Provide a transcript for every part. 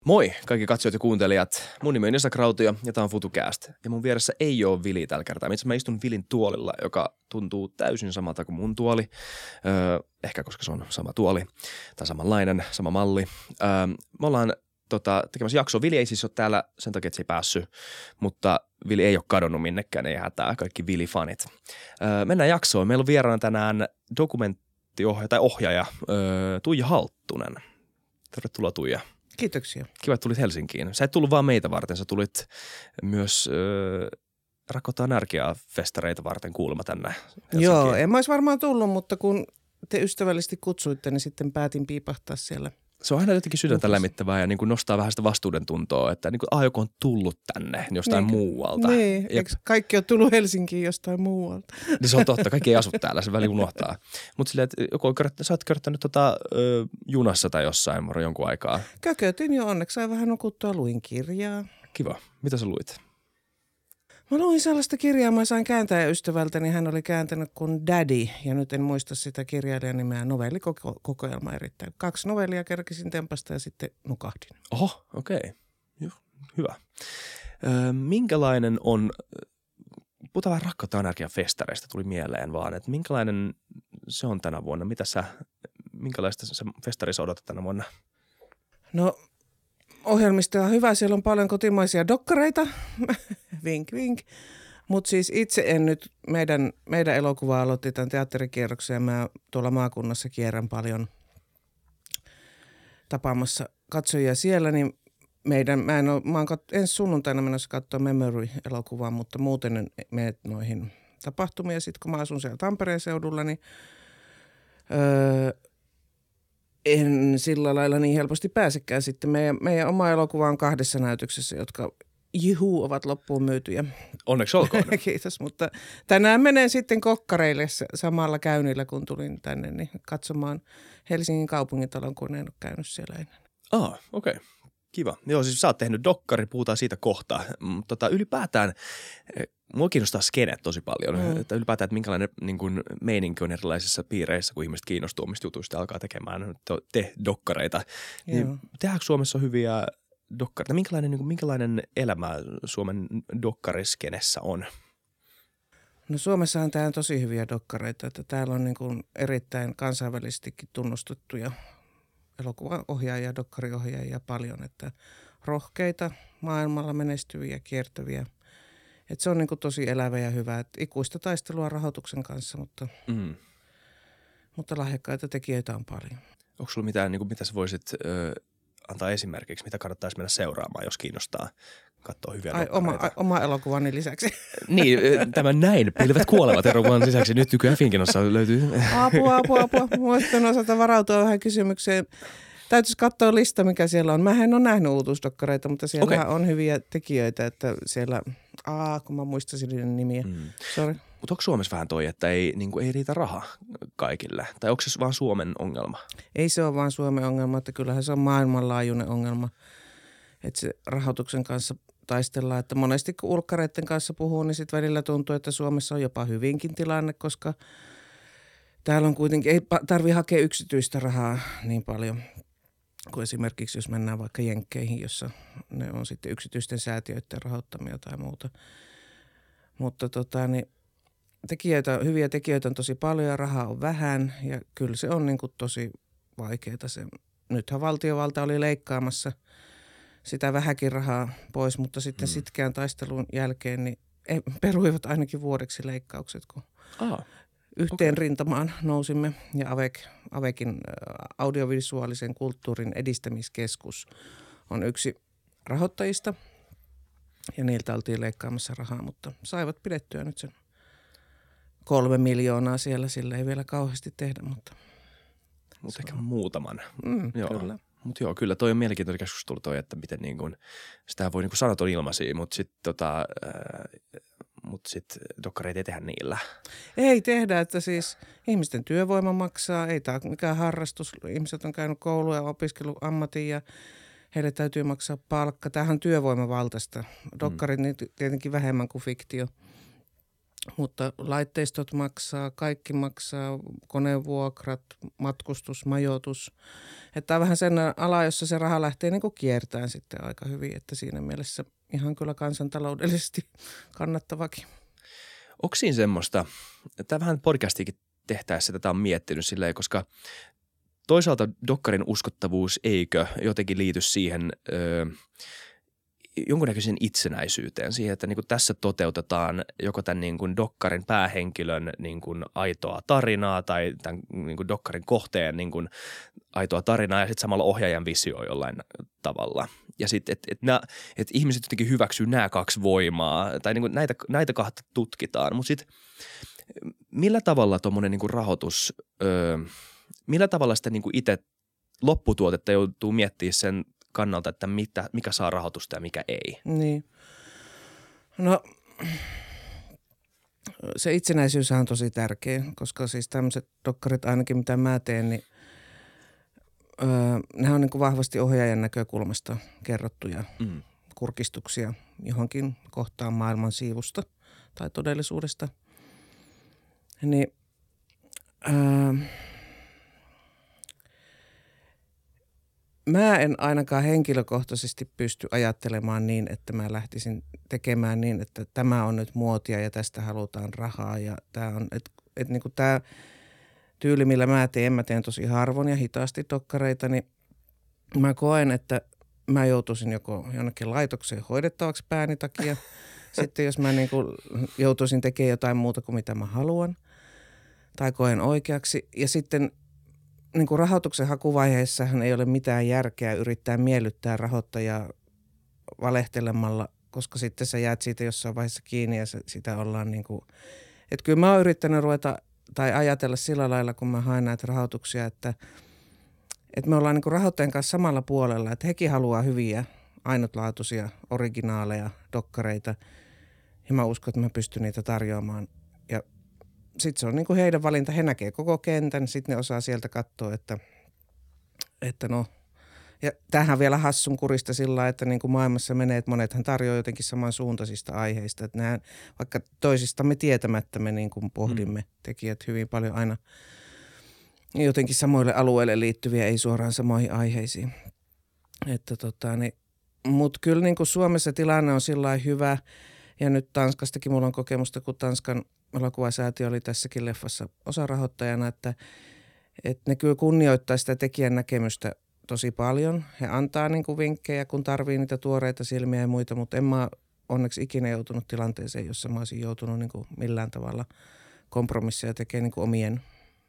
Moi kaikki katsojat ja kuuntelijat. Mun nimi on Esa Krautio ja tää on FutuCast. Ja mun vieressä ei ole Vili tällä kertaa. Itse mä istun Vilin tuolilla, joka tuntuu täysin samalta kuin mun tuoli. Ehkä koska se on sama tuoli tai samanlainen, sama malli. Me ollaan tekemässä jaksoa. Vili ei siis ole täällä sen takia, että se ei päässyt, mutta Vili ei ole kadonnut minnekään, ei hätää. Kaikki Vili-fanit. Mennään jaksoon. Meillä on vieraana tänään ohjaaja Tuija Halttunen. Tervetuloa Tuija. Kiitoksia. Kiva, että tulit Helsinkiin. Sä et tullut vaan meitä varten, sä tulit myös Rakottaa Närkiä-festareita varten kuulemma tänne Helsinkiin. Joo, en mä olisi varmaan tullut, mutta kun te ystävällisesti kutsuitte, niin sitten päätin piipahtaa siellä. Se on aina jotenkin sydäntä lämmittävää ja niin kuin nostaa vähän sitä vastuuden tuntoa, että niin kuin, joku on tullut tänne jostain muualta. Niin, eikö kaikki on tullut Helsinkiin jostain muualta? Niin se on totta, kaikki ei asu täällä, se väli unohtaa. Mutta silleen, että sä oot körttänyt junassa tai jossain jonkun aikaa. Kökötin jo, onneksi sain vähän nukuttua, luin kirjaa. Kiva. Mitä sä luit? Mä luin sellaista kirjaa, mä sain kääntäjäystävältäni, hän oli kääntänyt kuin Daddy, ja nyt en muista sitä kirjailijan nimeä, novellikokoelma erittäin. 2 novellia kerkisin tempasta ja sitten nukahdin. Oho, okei. Hyvä. Minkälainen on, puhutaan vähän Rakkautta Anarkia-festareista tuli mieleen vaan, että minkälainen se on tänä vuonna? Minkälaista se festarissa odotat tänä vuonna? No, ohjelmisto on hyvä, siellä on paljon kotimaisia dokkareita, vink vink, mutta siis itse en nyt, meidän elokuva aloitti tämän teatterikierroksen ja mä tuolla maakunnassa kierrän paljon tapaamassa katsojia siellä, niin mä oon ensi sunnuntaina menossa katsoa Memory-elokuvaa, mutta muuten en mene noihin tapahtumiin. Sitten kun mä asun siellä Tampereen seudulla, niin en sillä lailla niin helposti pääsekään sitten. Meidän oma elokuva on 2 näytöksessä, jotka ovat loppuun myytyjä. Onneksi olkoon. Kiitos, mutta tänään menen sitten kokkareille samalla käynnillä, kun tulin tänne niin katsomaan Helsingin kaupungintalon, kun en ole käynyt siellä ennen. Okei. Kiva. Joo, siis sä oot tehnyt dokkari, puhutaan siitä kohta. Ylipäätään, mua kiinnostaa skenet tosi paljon. Että ylipäätään, että minkälainen niin kuin, meininki on erilaisissa piireissä, kun ihmiset kiinnostuu omista jutuista ja alkaa tekemään dokkareita. Niin, tehdäänkö Suomessa hyviä dokkareita? Minkälainen elämä Suomen dokkariskenessä on? No Suomessa on täällä tosi hyviä dokkareita. Että täällä on niin kuin erittäin kansainvälisestikin tunnustettuja elokuvaohjaajia, dokkariohjaajia paljon, että rohkeita, maailmalla menestyviä, kiertäviä. Että se on niin kuin tosi elävä ja hyvä. Että ikuista taistelua rahoituksen kanssa, mutta lahjakkaita tekijöitä on paljon. Onko sulla mitään, niin kuin, mitä sä voisit antaa esimerkiksi, mitä kannattaisi mennä seuraamaan, jos kiinnostaa katsoa hyviä dokkareita? Oma elokuvani lisäksi. Niin, tämä näin, pilvet kuolevat elokuvan lisäksi. Nyt nykyään Finkinossa löytyy. Apua. Muistan osata varautua vähän kysymykseen. Täytyisi katsoa lista, mikä siellä on. Mä en ole nähnyt uutuusdokkareita, mutta siellä on hyviä tekijöitä, että siellä, kun mä muistasin niiden nimiä. Sorry. Mutta onko Suomessa vähän toi, että ei riitä raha kaikille? Tai onko se vaan Suomen ongelma? Ei se ole vaan Suomen ongelma, että kyllähän se on maailmanlaajuinen ongelma. Että se rahoituksen kanssa taistellaan, että monesti kun ulkkareiden kanssa puhuu, niin sitten välillä tuntuu, että Suomessa on jopa hyvinkin tilanne, koska täällä on kuitenkin, ei tarvitse hakea yksityistä rahaa niin paljon kuin esimerkiksi jos mennään vaikka Jenkkeihin, jossa ne on sitten yksityisten säätiöiden rahoittamia tai muuta. Mutta hyviä tekijöitä on tosi paljon ja rahaa on vähän ja kyllä se on niin kuin tosi vaikeaa. Nythän valtiovalta oli leikkaamassa sitä vähäkin rahaa pois, mutta sitten sitkeän taistelun jälkeen niin peruivat ainakin vuodeksi leikkaukset, kun yhteen rintamaan nousimme ja AVEKin audiovisuaalisen kulttuurin edistämiskeskus on yksi rahoittajista ja niiltä oltiin leikkaamassa rahaa, mutta saivat pidettyä nyt sen 3 miljoonaa siellä, sillä ei vielä kauheasti tehdä, mutta ehkä muutaman. Kyllä. Mutta joo, kyllä toi on mielenkiintoinen keskustelu toi, että miten niin kuin, sitä voi niin kuin sanat on ilmaisia, mutta sitten dokkareita ei tehdä niillä. Ei tehdä, että siis ihmisten työvoima maksaa, ei tämä mikään harrastus. Ihmiset on käynyt koulua ja opiskellut ammatin ja heille täytyy maksaa palkka. Tämähän on työvoimavaltaista. Dokkarit niin tietenkin vähemmän kuin fiktio. Mutta laitteistot maksaa, kaikki maksaa, konevuokrat, matkustus, majoitus. Että tämä on vähän sen ala, jossa se raha lähtee niin kuin kiertämään sitten aika hyvin, että siinä mielessä ihan kyllä kansantaloudellisesti kannattavakin. Onko siinä semmoista, tämä vähän podcastiakin tehtäessä tätä on miettinyt silleen, koska toisaalta dokkarin uskottavuus eikö jotenkin liity siihen jonkunnäköisen itsenäisyyteen, siihen, että niin kuin tässä toteutetaan joko tämän niin kuin dokkarin päähenkilön niin kuin aitoa tarinaa tai tämän niin kuin dokkarin kohteen niin kuin aitoa tarinaa ja sitten samalla ohjaajan visio jollain tavalla. Ja sitten, että ihmiset jotenkin hyväksyy nämä kaksi voimaa tai niin kuin näitä kahta tutkitaan, mutta sitten millä tavalla tuommoinen niin kuin rahoitus, millä tavalla sitä niin kuin itse lopputuotetta joutuu miettimään sen kannalta, että mikä saa rahoitusta ja mikä ei? Niin. No se itsenäisyys on tosi tärkeä, koska siis tämmöiset dokkarit ainakin mitä mä teen, niin nehän on niin kuin vahvasti ohjaajan näkökulmasta kerrottuja kurkistuksia johonkin kohtaan maailman siivusta tai todellisuudesta. Niin mä en ainakaan henkilökohtaisesti pysty ajattelemaan niin, että mä lähtisin tekemään niin, että tämä on nyt muotia ja tästä halutaan rahaa. Ja tää on, että niin kuin tämä tyyli, millä mä teen tosi harvoin ja hitaasti dokkareita, niin mä koen, että mä joutuisin joko jonnekin laitokseen hoidettavaksi pääni takia. Sitten jos mä niin kuin joutuisin tekemään jotain muuta kuin mitä mä haluan tai koen oikeaksi. Ja sitten niin kuin rahoituksen hakuvaiheessahan ei ole mitään järkeä yrittää miellyttää rahoittajaa valehtelemalla, koska sitten sä jäät siitä jossain vaiheessa kiinni ja sitä ollaan niin kuin, että kyllä mä oon yrittänyt ruveta tai ajatella sillä lailla, kun mä haen näitä rahoituksia, että me ollaan niin kuin rahoittajan kanssa samalla puolella, että hekin haluaa hyviä, ainutlaatuisia, originaaleja, dokkareita ja mä uskon, että mä pystyn niitä tarjoamaan ja sitten se on niin kuin heidän valinta. He näkee koko kentän, sitten ne osaa sieltä katsoa, että no. Ja tämähän vielä hassun kurista sillä, että niin kuin maailmassa menee, että monethan tarjoaa jotenkin samansuuntaisista aiheista. Että nämä, vaikka toisistamme tietämättä me niin kuin pohdimme tekijät hyvin paljon aina jotenkin samoille alueille liittyviä, ei suoraan samoihin aiheisiin. Että mutta kyllä niin kuin Suomessa tilanne on sillä lailla hyvä ja nyt Tanskastakin mulla on kokemusta, kun Tanskan elokuvasäätiö oli tässäkin leffassa osarahoittajana, että ne kyllä kunnioittaa sitä tekijän näkemystä tosi paljon. He antaa niin kuin vinkkejä, kun tarvii niitä tuoreita silmiä ja muita, mutta en mä onneksi ikinä joutunut tilanteeseen, jossa mä olisin joutunut niin kuin millään tavalla kompromisseja tekemään niin kuin omien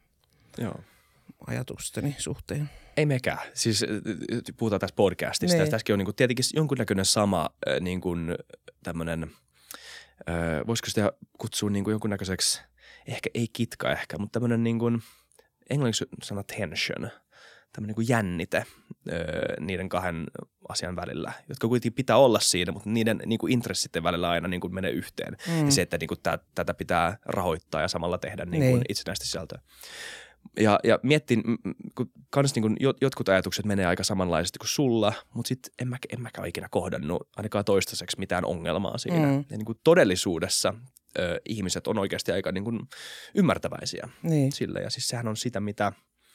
ajatusteni suhteen. Ei mekään. Siis puhutaan tässä podcastista. Niin. Tässäkin on niin kuin tietenkin jonkunnäköinen sama niin kuin tämmöinen voisiko sitä kutsua niin kuin jonkunnäköiseksi, ehkä ei kitka ehkä, mutta tämmöinen niin kuin, englanniksi sana tension, tämmöinen niin kuin jännite niiden kahden asian välillä, jotka kuitenkin pitää olla siinä, mutta niiden niin kuin intressitten välillä aina niin kuin menee yhteen. Ja se, että niin kuin tätä pitää rahoittaa ja samalla tehdä niin kuin itsenäistä sisältöä. Ja miettin, kun kans niin kuin jotkut ajatukset menee aika samanlaisesti kuin sulla, mutta sitten en mäkään ikinä kohdannut ainakaan toistaiseksi mitään ongelmaa siinä. Ja niin kuin todellisuudessa ihmiset on oikeasti aika niin kuin ymmärtäväisiä sille. Ja siis sehän on sitä, mitä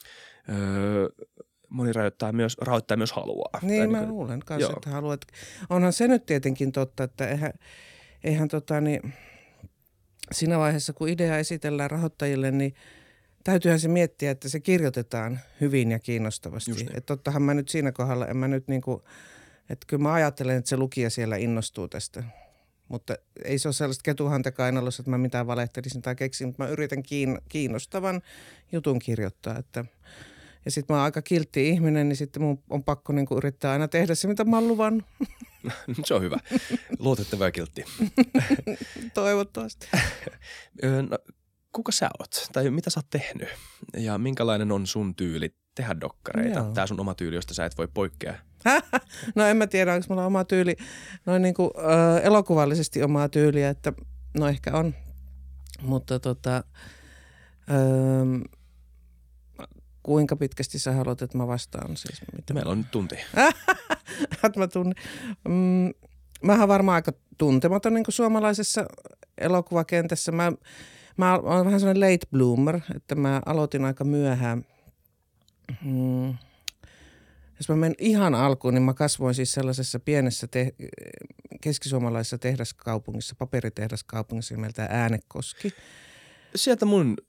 moni rahoittaja myös haluaa. Niin mä luulen kanssa, että haluat. Onhan se nyt tietenkin totta, että eihän siinä vaiheessa, kun idea esitellään rahoittajille, niin täytyyhän se miettiä, että se kirjoitetaan hyvin ja kiinnostavasti. Että tottahan mä nyt siinä kohdalla, en mä nyt niinku, että kyllä mä ajattelen, että se lukija siellä innostuu tästä. Mutta ei se ole sellaista ketuhantakainalossa, että mä mitään valehtelisin tai keksin, mutta mä yritän kiinnostavan jutun kirjoittaa. Ja sitten mä oon aika kiltti ihminen, niin sitten mun on pakko niinku yrittää aina tehdä se, mitä mä oon luvannut. Se on hyvä. Luotettava ja kiltti. Toivottavasti. No, kuka sä oot? Tai mitä sä oot tehnyt? Ja minkälainen on sun tyyli tehdä dokkareita? Tää sun oma tyyli, josta sä et voi poikkea. No en mä tiedä, onko mulla oma tyyli, noin niinku elokuvallisesti omaa tyyliä, että no ehkä on. Mutta kuinka pitkästi sä haluat, että mä vastaan? Siis, Meillä on nyt tunti. Mä tunnin. Mähän varmaan aika tuntematon niin kuin suomalaisessa elokuvakentässä. Mä olen vähän sellainen late bloomer, että mä aloitin aika myöhään. Jos mä menen ihan alkuun, niin mä kasvoin siis sellaisessa pienessä keskisuomalaisessa tehdaskaupungissa, paperitehdaskaupungissa nimeltä Äänekoski. Sieltä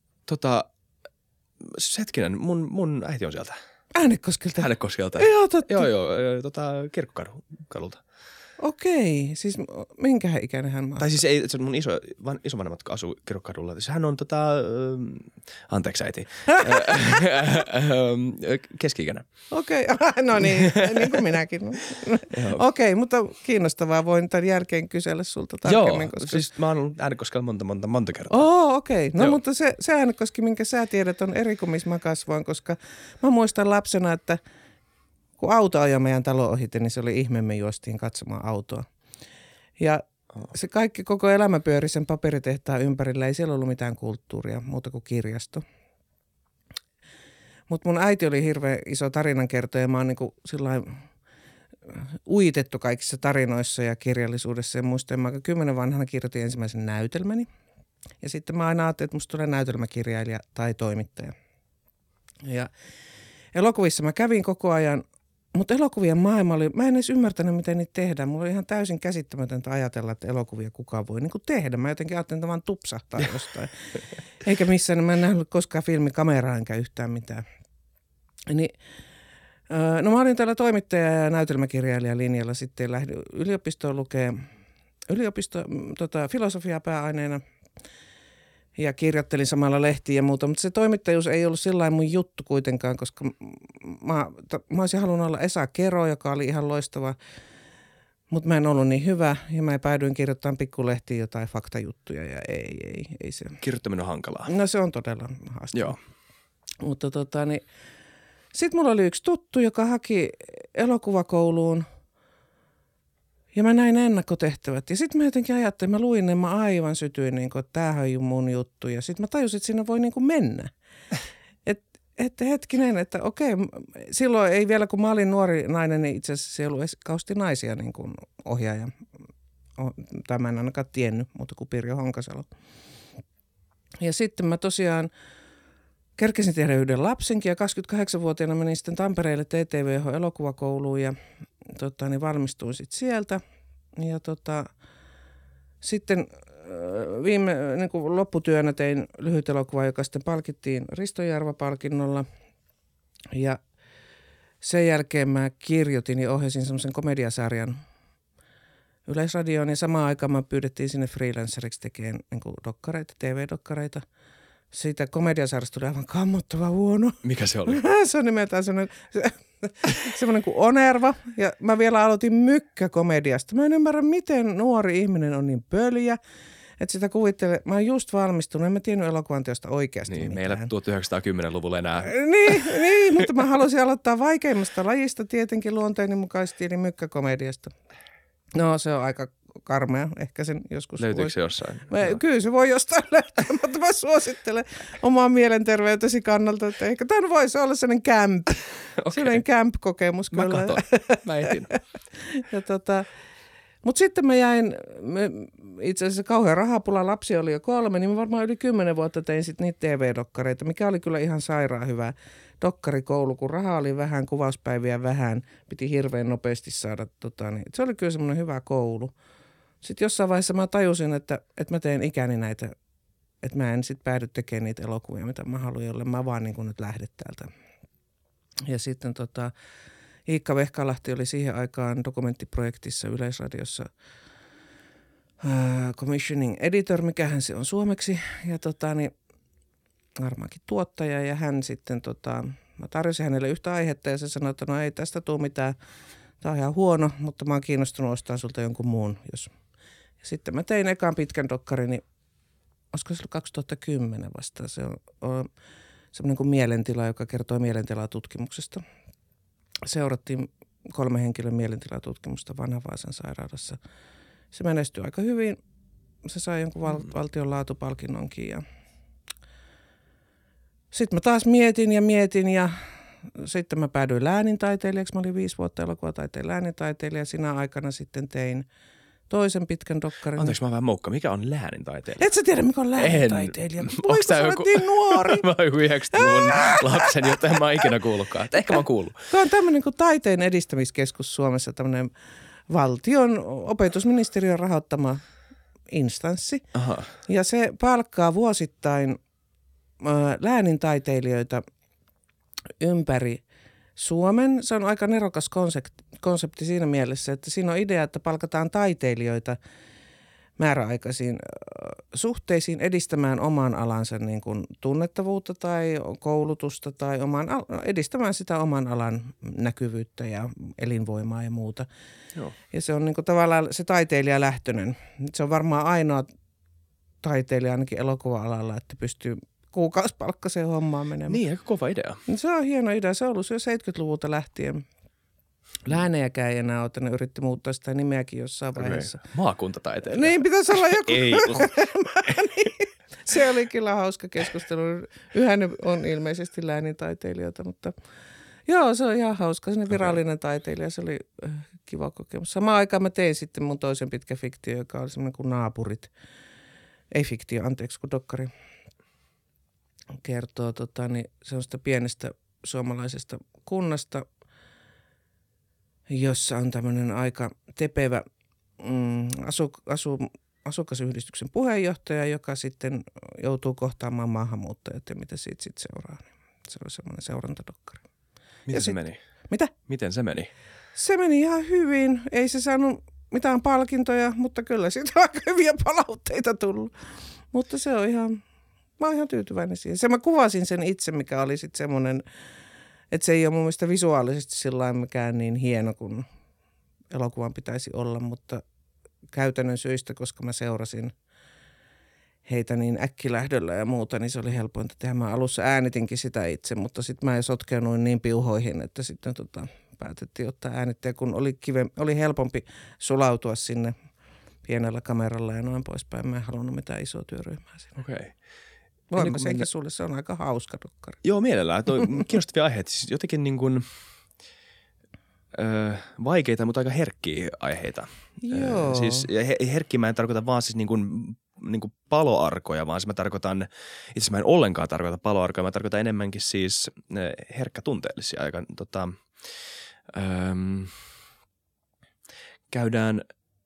mun äiti on sieltä. Äänekoskelta? Äänekoskelta. Joo, totta. Joo, Kirkkokadulta. Okei, siis minkä ikäinen hän on? Tai siis ei, se mun isovanhemmat asuu Kirkkokadulla. Siis hän on anteeksi äiti, keski-ikäinen. Okei, no niin kuin minäkin. Okei, mutta kiinnostavaa. Voin tämän jälkeen kysellä sulta tarkemmin. Joo, siis mä oon ollut Äänekoskella monta kertaa. Okei. No mutta se Äänekoski, minkä sä tiedät, on eri kuin missä mä kasvoin, koska mä muistan lapsena, että kun auto ajoi meidän talo ohitte, niin se oli ihme, me juostiin katsomaan autoa. Ja se koko elämä pyöri sen paperitehtaan ympärillä. Ei siellä ollut mitään kulttuuria, muuta kuin kirjasto. Mutta mun äiti oli hirveän iso tarinankertoja. Mä oon niinku sillain uitettu kaikissa tarinoissa ja kirjallisuudessa. Ja muistan, mä 10 vanhana kirjoitin ensimmäisen näytelmäni. Ja sitten mä aina ajattelin, että musta tulee näytelmäkirjailija tai toimittaja. Ja elokuvissa mä kävin koko ajan. Mutta elokuvien maailma oli, mä en edes ymmärtänyt, miten niitä tehdään. Mulla oli ihan täysin käsittämätöntä ajatella, että elokuvia kukaan voi niin kuin tehdä. Mä jotenkin ajattelin, että vaan tupsahtaa jostain. Eikä missään, mä en nähnyt koskaan filmikameraa enkä yhtään mitään. No mä olin täällä toimittaja- ja näytelmäkirjailija linjalla. Sitten lähdin yliopistoon lukemaan filosofiaa pääaineena. Ja kirjoittelin samalla lehtiä ja muuta, mutta se toimittajuus ei ollut sillain mun juttu kuitenkaan, koska mä olisin halunnut olla Esa Kero, joka oli ihan loistava, mutta mä en ollut niin hyvä ja mä päädyin kirjoittamaan pikkulehtiin jotain faktajuttuja ja ei se. Kirjoittaminen on hankalaa. No se on todella haastavaa. Joo. Mutta sitten mulla oli yksi tuttu, joka haki elokuvakouluun. Ja mä näin ennakkotehtävät. Ja sitten mä jotenkin ajattelin, mä luin ne, mä aivan sytyin, niin kun, että tämähän on mun juttu. Ja sitten mä tajusin, että siinä voi niin kuin mennä. Että hetkinen, että okei, silloin ei vielä, kun mä olin nuori nainen, niin itse asiassa se ei ollut kausti naisia niin kuin ohjaaja. Tai mä en ainakaan tiennyt, muuta kuin Pirjo Honkasalo. Ja sitten mä tosiaan kerkesin tehdä yhden lapsenkin ja 28-vuotiaana menin sitten Tampereelle TTVH-elokuvakouluun ja valmistuin sitten sieltä. Ja sitten viime niin kuin lopputyönä tein lyhyt elokuva, joka sitten palkittiin Risto Jarva-palkinnolla. Ja sen jälkeen mä kirjoitin ja ohjasin semmoisen komediasarjan Yleisradioon ja samaan aikaan mä pyydettiin sinne freelanceriksi tekemään niin kuin dokkareita, TV-dokkareita. Siitä komediasarjasta tuli aivan kammottava huono. Mikä se oli? Se on nimeltään semmoinen kuin Onerva. Ja mä vielä aloitin mykkäkomediasta. Mä en ymmärrä, miten nuori ihminen on niin pöljä, että sitä kuvittelee. Mä oon just valmistunut, en mä tiennyt elokuvan teosta oikeasti niin, mitään. Meillä 1910-luvulla enää. Niin, mutta mä halusin aloittaa vaikeimmasta lajista tietenkin luonteeni mukaisesti, eli mykkäkomediasta. No se on aika karmea, ehkä sen joskus löytyykö se jossain? Kyllä se voi jostain löytää, mutta mä suosittelen omaa mielenterveytesi kannalta, että ehkä tämä voisi olla sellainen camp, sellainen camp-kokemus. Mä katson, mä etin. Mutta sitten mä jäin, itse asiassa kauhean rahapula, lapsi oli jo 3, niin mä varmaan yli 10 vuotta tein sitten niitä TV-dokkareita, mikä oli kyllä ihan sairaan hyvä dokkarikoulu, kun rahaa oli vähän, kuvauspäiviä vähän, piti hirveän nopeasti saada, niin se oli kyllä semmoinen hyvä koulu. Sitten jossain vaiheessa mä tajusin, että mä teen ikäni näitä, että mä en sitten päädy tekemään niitä elokuvia, mitä mä haluan, jolle mä vaan niin kuin nyt lähde täältä. Ja sitten Iikka Vehkalahti oli siihen aikaan dokumenttiprojektissa Yleisradiossa commissioning editor, mikähän se on suomeksi, ja varmaankin tuottaja, ja hän sitten, mä tarjosin hänelle yhtä aihetta, ja se sanoi, että no ei tästä tule mitään, tämä on ihan huono, mutta mä oon kiinnostunut ostamaan sulta jonkun muun, jos. Ja sitten mä tein ekan pitkän dokkarin, niin olisiko se ollut 2010 vasta, se on semmoinen kuin mielentila, joka kertoo mielentilatutkimuksesta. Seurattiin 3 henkilön mielentilatutkimusta Vanha-Vaasan sairaalassa. Se menestyi aika hyvin. Se sai jonkun valtion laatupalkinnonkin. Ja sitten mä taas mietin ja sitten mä päädyin läänintaiteilijaksi. Mä olin 5 vuotta elokuvataiteen läänintaiteilija. Sinä aikana sitten tein toisen pitkän dokkarin. Anteeksi, mä oon vähän moukka. Mikä on läänintaiteilija? Et sä tiedä, mikä on läänintaiteilija? Onks tää joku niin nuori? Mä oon joku 90-luvun lapsen, jota en mä oon ikinä kuullutkaan. Ehkä mä oon kuullut. Tuo on tämmöinen kuin taiteen edistämiskeskus Suomessa, tämmöinen valtion opetusministeriön rahoittama instanssi. Aha. Ja se palkkaa vuosittain läänintaiteilijoita ympäri Suomen. Se on aika nerokas konsepti siinä mielessä, että siinä on idea, että palkataan taiteilijoita määräaikaisiin suhteisiin edistämään oman alansa niin kuin tunnettavuutta tai koulutusta tai edistämään sitä oman alan näkyvyyttä ja elinvoimaa ja muuta. Joo. Ja se on niin kuin tavallaan se taiteilijalähtöinen. Se on varmaan ainoa taiteilija ainakin elokuva-alalla, että pystyy kuukausipalkkaiseen hommaan menemään. Niin, aika kova idea. Se on hieno idea. Se on ollut jo 70-luvulta lähtien. Läänejäkään ei enää ole, ne yritti muuttaa sitä nimeäkin jossain vaiheessa. Okay. Maakuntataiteilija. Niin, pitäisi olla joku. Ei. Niin. Se oli kyllä hauska keskustelu. Yhä ne on ilmeisesti läänintaiteilijoita, mutta joo, se on ihan hauska. Se virallinen taiteilija, se oli kiva kokemus. Samaan aikaan mä tein sitten mun toisen pitkä fiktio, joka oli semmoinen kuin Naapurit. Ei fiktio, anteeksi, kun dokkari kertoo semmoista pienestä suomalaisesta kunnasta, jossa on tämmöinen aika tepevä asukasyhdistyksen puheenjohtaja, joka sitten joutuu kohtaamaan maahanmuuttajat ja mitä siitä sitten seuraa. Se oli semmoinen seurantadokkari. Miten se meni? Mitä? Miten se meni? Se meni ihan hyvin. Ei se saanut mitään palkintoja, mutta kyllä siitä on aika hyviä palautteita tullut. Mutta se on mä oon ihan tyytyväinen siihen. Mä kuvasin sen itse, mikä oli sitten semmoinen, että se ei ole mun mielestä visuaalisesti sillain mikään niin hieno kuin elokuvan pitäisi olla, mutta käytännön syistä, koska mä seurasin heitä niin äkkilähdöllä ja muuta, niin se oli helpointa tehdä. Mä alussa äänitinkin sitä itse, mutta sitten mä jo sotkeunuin niin piuhoihin, että sitten päätettiin ottaa äänittäjä, kun oli helpompi sulautua sinne pienellä kameralla ja noin poispäin. Mä en halunnut mitään isoa työryhmää siinä. Okei. Okay. Voin mä senkin sulle, se on aika hauska dokkari. Joo, mielellään. Kiinnostavia aiheita. Siis jotenkin niin kuin, vaikeita, mutta aika herkkiä aiheita. Joo. Siis herkkiä mä en tarkoita vaan siis niin kuin paloarkoja, vaan mä tarkoitan, itse asiassa mä en ollenkaan tarkoita paloarkoja, mä tarkoitan enemmänkin siis herkkätunteellisia. Aika, käydään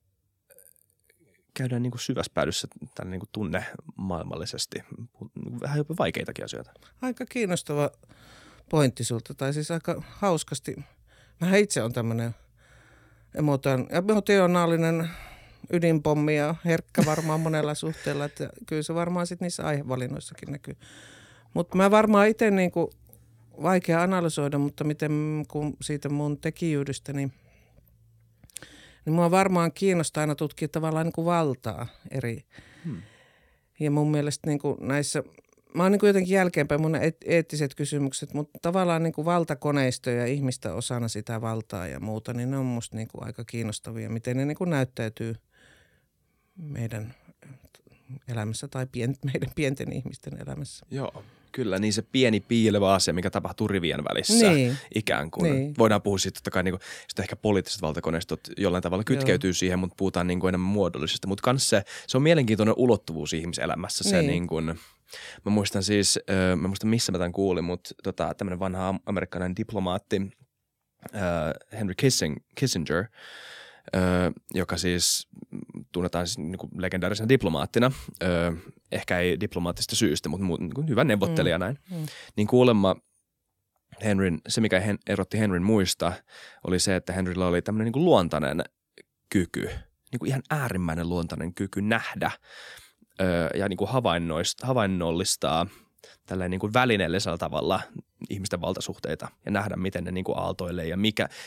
niin kuin syvässä päädyssä tällä niin kuin tunnemaailmallisesti. Vähän jopa vaikeitakin asioita. Aika kiinnostava pointti sulta, tai siis aika hauskasti. Mähän itse on tämmöinen emotionaalinen ydinpommi ja herkkä varmaan monella suhteella, että kyllä se varmaan sitten niissä aihevalinnoissakin näkyy. Mutta mä varmaan itse niinku vaikea analysoida, mutta miten kun siitä mun tekijyydestä, niin mua varmaan kiinnostaa aina tutkia tavallaan niin kuin valtaa eri. Ja mun mielestä niin kuin näissä, mä oon niin kuin jotenkin jälkeenpäin mun eettiset kysymykset, mutta tavallaan niin kuin valtakoneisto ja ihmistä osana sitä valtaa ja muuta, niin ne on musta niin kuin aika kiinnostavia, miten ne niin kuin näyttäytyy meidän elämässä tai meidän pienten ihmisten elämässä. Joo. Kyllä, niin se pieni piilevä asia, mikä tapahtuu rivien välissä ikään kuin. Niin. Voidaan puhua siitä totta kai, niin kuin, ehkä poliittiset valtakoneistot jollain tavalla kytkeytyy siihen, mutta puhutaan niin kuin enemmän muodollisesti. Mutta kans se on mielenkiintoinen ulottuvuus ihmiselämässä. Se niin kuin, mä muistan missä mä tämän kuulin, mutta tämmöinen vanha amerikkalainen diplomaatti Henry Kissinger, joka siis tunnetaan siis niin kuin legendaarisena diplomaattina, ehkä ei diplomaattisesta syystä, mutta niin hyvä neuvottelija näin. Niin kuulemma se mikä erotti Henryn muista, oli se, että Henryllä oli tämmöinen niin kuin luontainen kyky, niin kuin ihan äärimmäinen luontainen kyky nähdä ja niin kuin havainnollistaa tällä niin kuin välineellisellä tavalla ihmisten valtasuhteita ja nähdä, miten ne niin kuin aaltoilee ja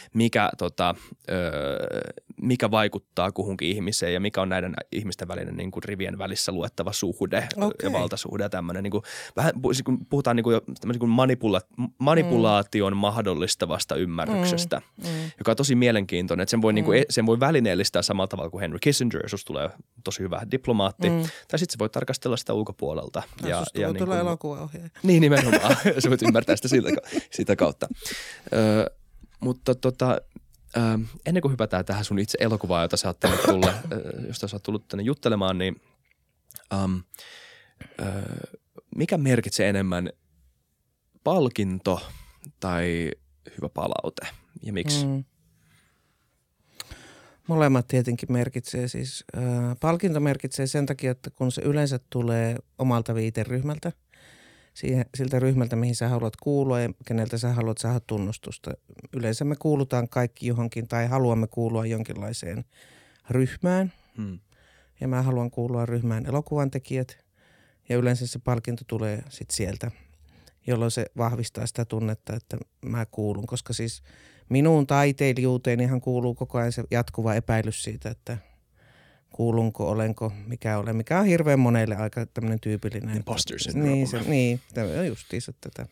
mikä vaikuttaa kuhunkin ihmiseen ja mikä on näiden ihmisten välinen niin kuin rivien välissä luettava suhde ja valtasuhde ja tämmöinen. Niin kuin, vähän, kun puhutaan niin kuin tämmöisen kuin manipulaation mahdollistavasta ymmärryksestä, joka on tosi mielenkiintoinen. Että sen voi välineellistää samalla tavalla kuin Henry Kissinger, jos tulee tosi hyvä diplomaatti, tai sitten se voi tarkastella sitä ulkopuolelta. Ja voi tulla niin elokuvaohjaaja. Niin, nimenomaan. Sä voit ymmärtää sitä kautta. Mutta ennen kuin hypätään tähän sun itse elokuvaan, jota sä oot josta sä oot tullut tänne juttelemaan, niin mikä merkitsee enemmän palkinto tai hyvä palaute ja miksi? Molemmat tietenkin merkitsee siis. Palkinto merkitsee sen takia, että kun se yleensä tulee omalta viiteryhmältä, siltä ryhmältä, mihin sä haluat kuulua ja keneltä sä haluat saada tunnustusta. Yleensä me kuulutaan kaikki johonkin tai haluamme kuulua jonkinlaiseen ryhmään. Ja mä haluan kuulua ryhmään elokuvantekijät. Ja yleensä se palkinto tulee sitten sieltä, jolloin se vahvistaa sitä tunnetta, että mä kuulun. Koska siis minun taiteilijuuteen ihan kuuluu koko ajan se jatkuva epäilys siitä, että kuulunko, olenko, mikä olen. Mikä on hirveän monelle aika tämmöinen tyypillinen. Imposter syndrome. Niin, justiinsa tätä.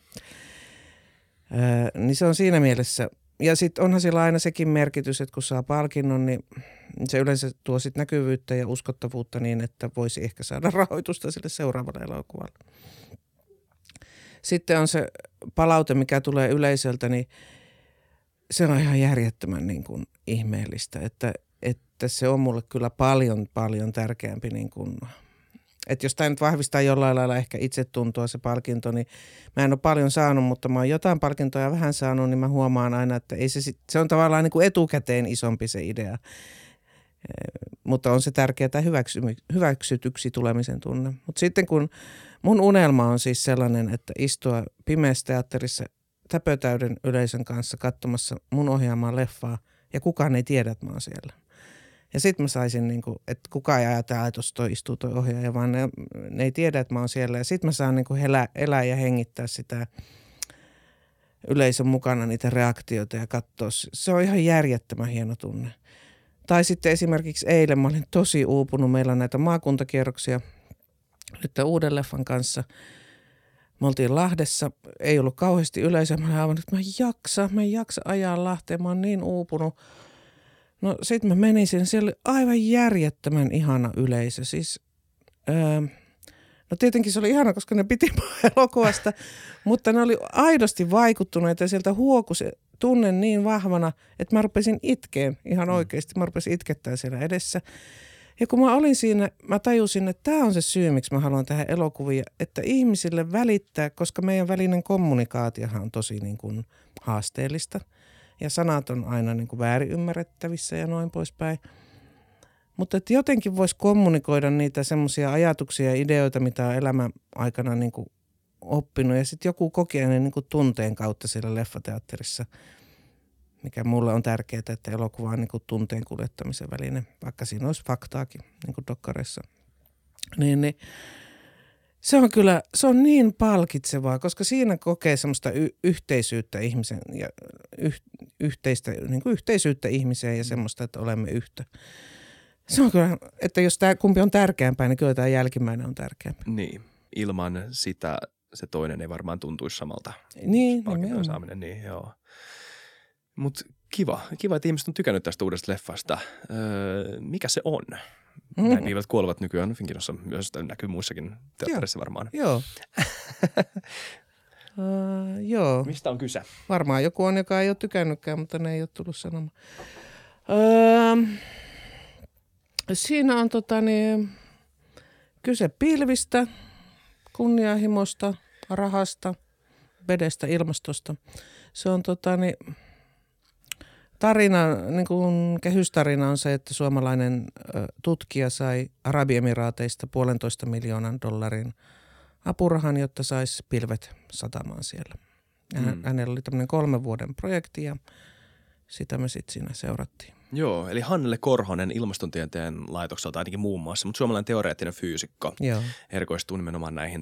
Niin se on siinä mielessä. Ja sitten onhan sillä aina sekin merkitys, että kun saa palkinnon, niin se yleensä tuo sit näkyvyyttä ja uskottavuutta niin, että voisi ehkä saada rahoitusta sille seuraavalle elokuvalle. Sitten on se palaute, mikä tulee yleisöltä, niin se on ihan järjettömän niin kuin ihmeellistä, että se on mulle kyllä paljon tärkeämpi niin kuin, että jos tämä nyt vahvistaa jollain lailla ehkä itsetuntoa se palkinto, niin mä en ole paljon saanut, mutta mä oon jotain palkintoja vähän saanut, niin mä huomaan aina, että ei se on tavallaan niin kuin etukäteen isompi se idea. Mutta on se tärkeää hyväksytyksi tulemisen tunne. Mutta sitten kun mun unelma on siis sellainen, että istua pimeässä teatterissa täpötäyden yleisön kanssa katsomassa mun ohjaamaa leffaa ja kukaan ei tiedä, että mä oon siellä. Ja sitten mä saisin, niinku, että kukaan ei ajatella, että toi istuu toi ohjaaja, vaan ne ei tiedä, että mä oon siellä. Ja sitten mä saan niinku elää ja hengittää sitä yleisön mukana niitä reaktioita ja katsoa. Se on ihan järjettömän hieno tunne. Tai sitten esimerkiksi eilen mä olin tosi uupunut. Meillä on näitä maakuntakierroksia nyt uuden leffan kanssa. Me oltiin Lahdessa, ei ollut kauheasti yleisöä. Mä olin aivan, että mä en jaksa ajaa Lahteen, mä oon niin uupunut. No sit mä menin sinne, siellä oli aivan järjettömän ihana yleisö. Siis, no tietenkin se oli ihana, koska ne piti elokuvasta, mutta ne oli aidosti vaikuttuneita ja sieltä huokui se tunne niin vahvana, että mä rupesin itkeen ihan oikeasti. Mä rupesin itkettää siellä edessä. Ja kun mä olin siinä, mä tajusin, että tämä on se syy, miksi mä haluan tehdä elokuvia, että ihmisille välittää, koska meidän välinen kommunikaatiohan on tosi niin kuin haasteellista. Ja sanat on aina niin kuin väärin ymmärrettävissä ja noin poispäin. Mutta että jotenkin voisi kommunikoida niitä semmoisia ajatuksia ja ideoita, mitä on elämän aikana niin kuin oppinut. Ja sitten joku koki ne niin kuin tunteen kautta siellä leffateatterissa, mikä mulle on tärkeää, että elokuva on niin kuin tunteen kuljettamisen väline, vaikka siinä olisi faktaakin, niin kuin dokkareissa. Niin se on niin palkitsevaa, koska siinä kokee semmoista yhteisyyttä ihmisen ja yhteisyyttä ihmiseen ja semmoista, että olemme yhtä. Se on kyllä, että jos tämä kumpi on tärkeämpää, niin kyllä tämä jälkimmäinen on tärkeämpi. Niin, ilman sitä se toinen ei varmaan tuntuisi samalta. Niin, palkintojen saaminen, niin joo. Mutta kiva, että ihmiset on tykännyt tästä uudesta leffasta. Mikä se on? Näin viivat kuolevat nykyään Finkinossa, myös näkyy muissakin teatterissa varmaan. Joo. Joo. Mistä on kyse? Varmaan joku on, joka ei ole tykännytkään, mutta ne ei ole tullut sanomaan. Siinä on kyse pilvistä, kunnianhimosta, rahasta, vedestä, ilmastosta. Se on tarina, niin kuin kehystarina on se, että suomalainen tutkija sai Arabiemiraateista $1,5 miljoonan apurahan, jotta saisi pilvet satamaan siellä. Ja hänellä oli tämmöinen 3 vuoden projekti ja sitä me sitten siinä seurattiin. Joo, eli Hannele Korhonen ilmastontieteen laitokselta ainakin muun muassa, mutta suomalainen teoreettinen fyysikko. Joo. Erikoistuu nimenomaan näihin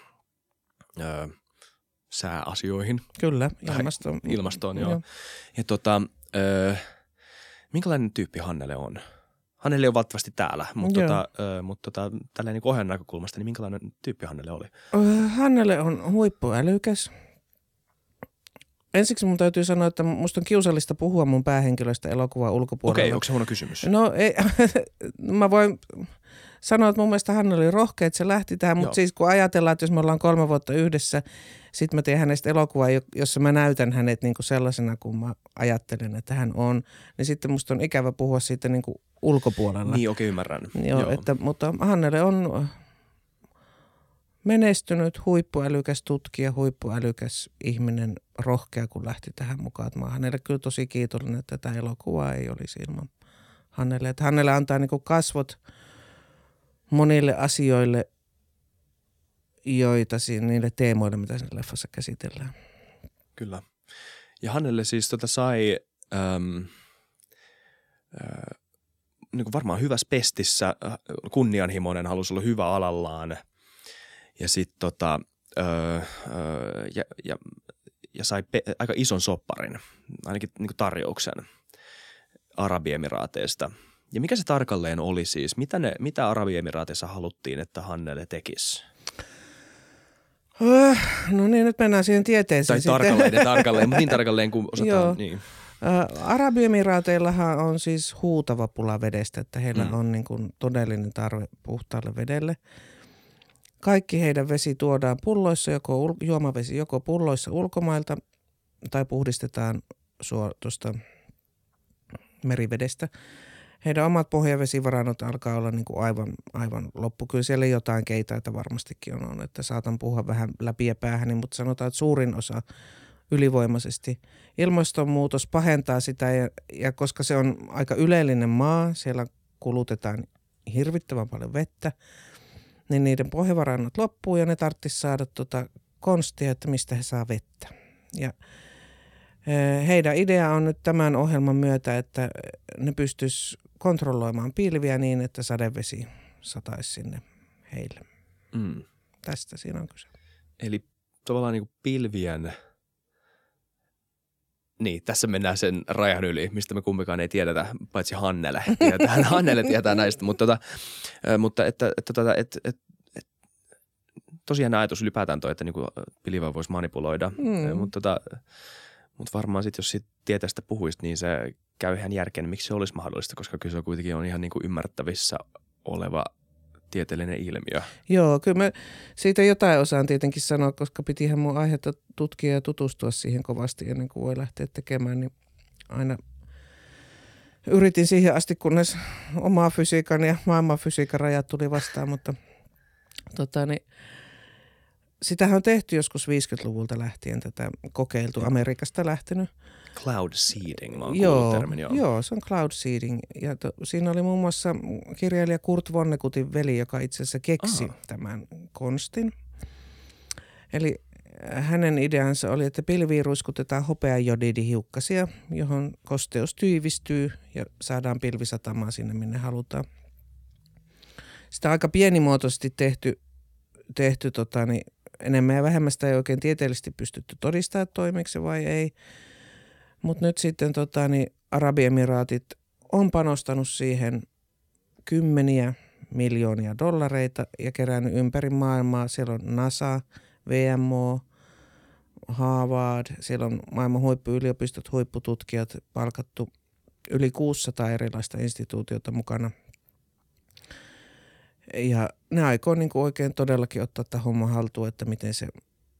sääasioihin. Kyllä, ilmastoon, joo. Ja minkälainen tyyppi Hannele on? Hannele on valtavasti täällä, mutta tälleen niin ohjaajan näkökulmasta, niin minkälainen tyyppi Hannele oli? Hannele on huippuälykäs. Ensiksi mun täytyy sanoa, että musta on kiusallista puhua mun päähenkilöstä elokuvan ulkopuolella. Okei, onko se huono kysymys? No ei, mä voin sanoa, että mun mielestä hän oli rohkea, että se lähti tähän, mutta siis kun ajatellaan, että jos me ollaan 3 vuotta yhdessä, sitten mä teen hänestä elokuvaa, jossa mä näytän hänet niin kuin sellaisena, kun mä ajattelen, että hän on, niin sitten musta on ikävä puhua siitä niin kuin ulkopuolella. Niin, okei, ymmärrän. Joo. Mutta Hannele on menestynyt, huippuälykäs tutkija, huippuälykäs ihminen, rohkea, kun lähti tähän mukaan. Mä oon hänelle kyllä tosi kiitollinen, että tätä elokuvaa ei olisi ilman Hannele. Että Hannele antaa niin kuin kasvot monille asioille, joita niille teemoille, mitä siinä leffassa käsitellään. Kyllä. Ja Hannele siis sai niin kuin varmaan hyvässä pestissä, kunnianhimoinen, halusi olla hyvä alallaan ja sitten ja sai aika ison sopparin, ainakin niin kuin tarjouksen Arabiemiraateista. Ja mikä se tarkalleen oli siis? Mitä Arabiemiraateissa haluttiin, että Hannele tekisi? No niin, nyt mennään siihen tieteeseen. Tai tarkalleen, mutta niin tarkalleen kuin osataan. Joo. Niin. Arabiemiraateilla on siis huutava pula vedestä, että heillä on niin kuin todellinen tarve puhtaalle vedelle. Kaikki heidän vesi tuodaan pulloissa, juomavesi joko pulloissa ulkomailta tai puhdistetaan tuosta merivedestä. Heidän omat pohjavesivarannot alkaa olla niin kuin aivan loppu. Kyllä siellä jotain keitaita varmastikin on, että saatan puhua vähän läpi ja päähäni, mutta sanotaan, että suurin osa ylivoimaisesti. Ilmastonmuutos pahentaa sitä ja koska se on aika ylellinen maa, siellä kulutetaan hirvittävän paljon vettä, niin niiden pohjavarannot loppuu ja ne tarvitsisi saada konstia, että mistä he saa vettä. Ja heidän idea on nyt tämän ohjelman myötä, että ne pystyisi kontrolloimaan pilviä niin, että sadevesi sataisi sinne heille. Tästä siinä on kyse. Eli tavallaan niin kuin pilvien, niin tässä mennään sen rajan yli, mistä me kumpikaan ei tiedetä, paitsi Hannele. Hannele tietää näistä, mutta tosiaan ajatus ylipäätään toi, että niinku pilveä voisi manipuloida, mutta varmaan sitten jos siitä tietästä puhuisi, niin se käy ihan järkeen, miksi se olisi mahdollista, koska kyllä se kuitenkin on ihan niinku ymmärrettävissä oleva tieteellinen ilmiö. Joo, kyllä mä siitä jotain osaan tietenkin sanoa, koska pitihän mun aihetta tutkia ja tutustua siihen kovasti ennen kuin voi lähteä tekemään, niin aina yritin siihen asti, kunnes omaa fysiikan ja maailman fysiikan rajat tuli vastaan, mutta sitähän on tehty joskus 50-luvulta lähtien tätä kokeiltu, Amerikasta lähtenyt. Cloud seeding, mä oon kuullut termin, Joo, se on cloud seeding. Ja siinä oli muun muassa kirjailija Kurt Vonneguttin veli, joka itse asiassa keksi tämän konstin. Eli hänen ideansa oli, että pilviin ruiskutetaan hopeajodidihiukkasia, johon kosteus tiivistyy ja saadaan pilvi satamaan sinne, minne halutaan. Sitä on aika pienimuotoisesti tehty enemmän ja vähemmän sitä ei oikein tieteellisesti pystytty todistamaan, toimiiko se vai ei. Mutta nyt sitten Arabiemiraatit on panostanut siihen $10 miljoonia ja kerännyt ympäri maailmaa. Siellä on NASA, VMO, Harvard, siellä on maailman huippuyliopistot, huippututkijat, palkattu yli 600 erilaista instituutiota mukana. Ja ne aikoo niin kuin oikein todellakin ottaa tämän homman haltuun, että miten se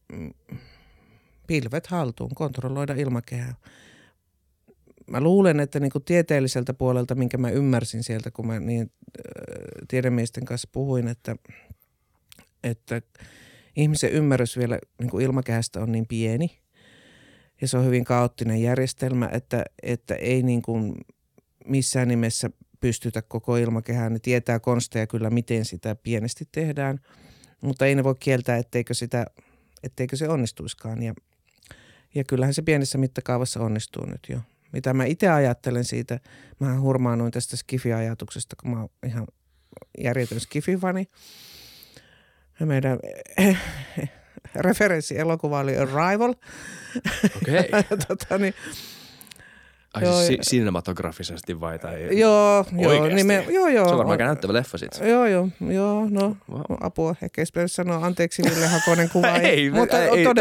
pilvet haltuun, kontrolloida ilmakehää. Mä luulen, että niin kuin tieteelliseltä puolelta, minkä mä ymmärsin sieltä, kun mä niin tiedemiesten kanssa puhuin, että ihmisen ymmärrys vielä niin kuin ilmakehästä on niin pieni ja se on hyvin kaoottinen järjestelmä, että ei niin kuin missään nimessä pystytä koko ilmakehään. Ne tietää konsteja kyllä, miten sitä pienesti tehdään, mutta ei ne voi kieltää, etteikö se onnistuiskaan. Ja kyllähän se pienessä mittakaavassa onnistuu nyt jo. Mitä mä itse ajattelen siitä, mä hurmaanoin tästä skifi-ajatuksesta, kun mä oon ihan järjetön skififani. Meidän referenssielokuva oli Arrival. Okei. Siis cinematografisesti vai? Tai joo. Se on varmaan aika näyttävä leffa sit. Apua. Ehkä ei pitäisi sanoa anteeksi Ville Hakonen kuva. Ei, mutta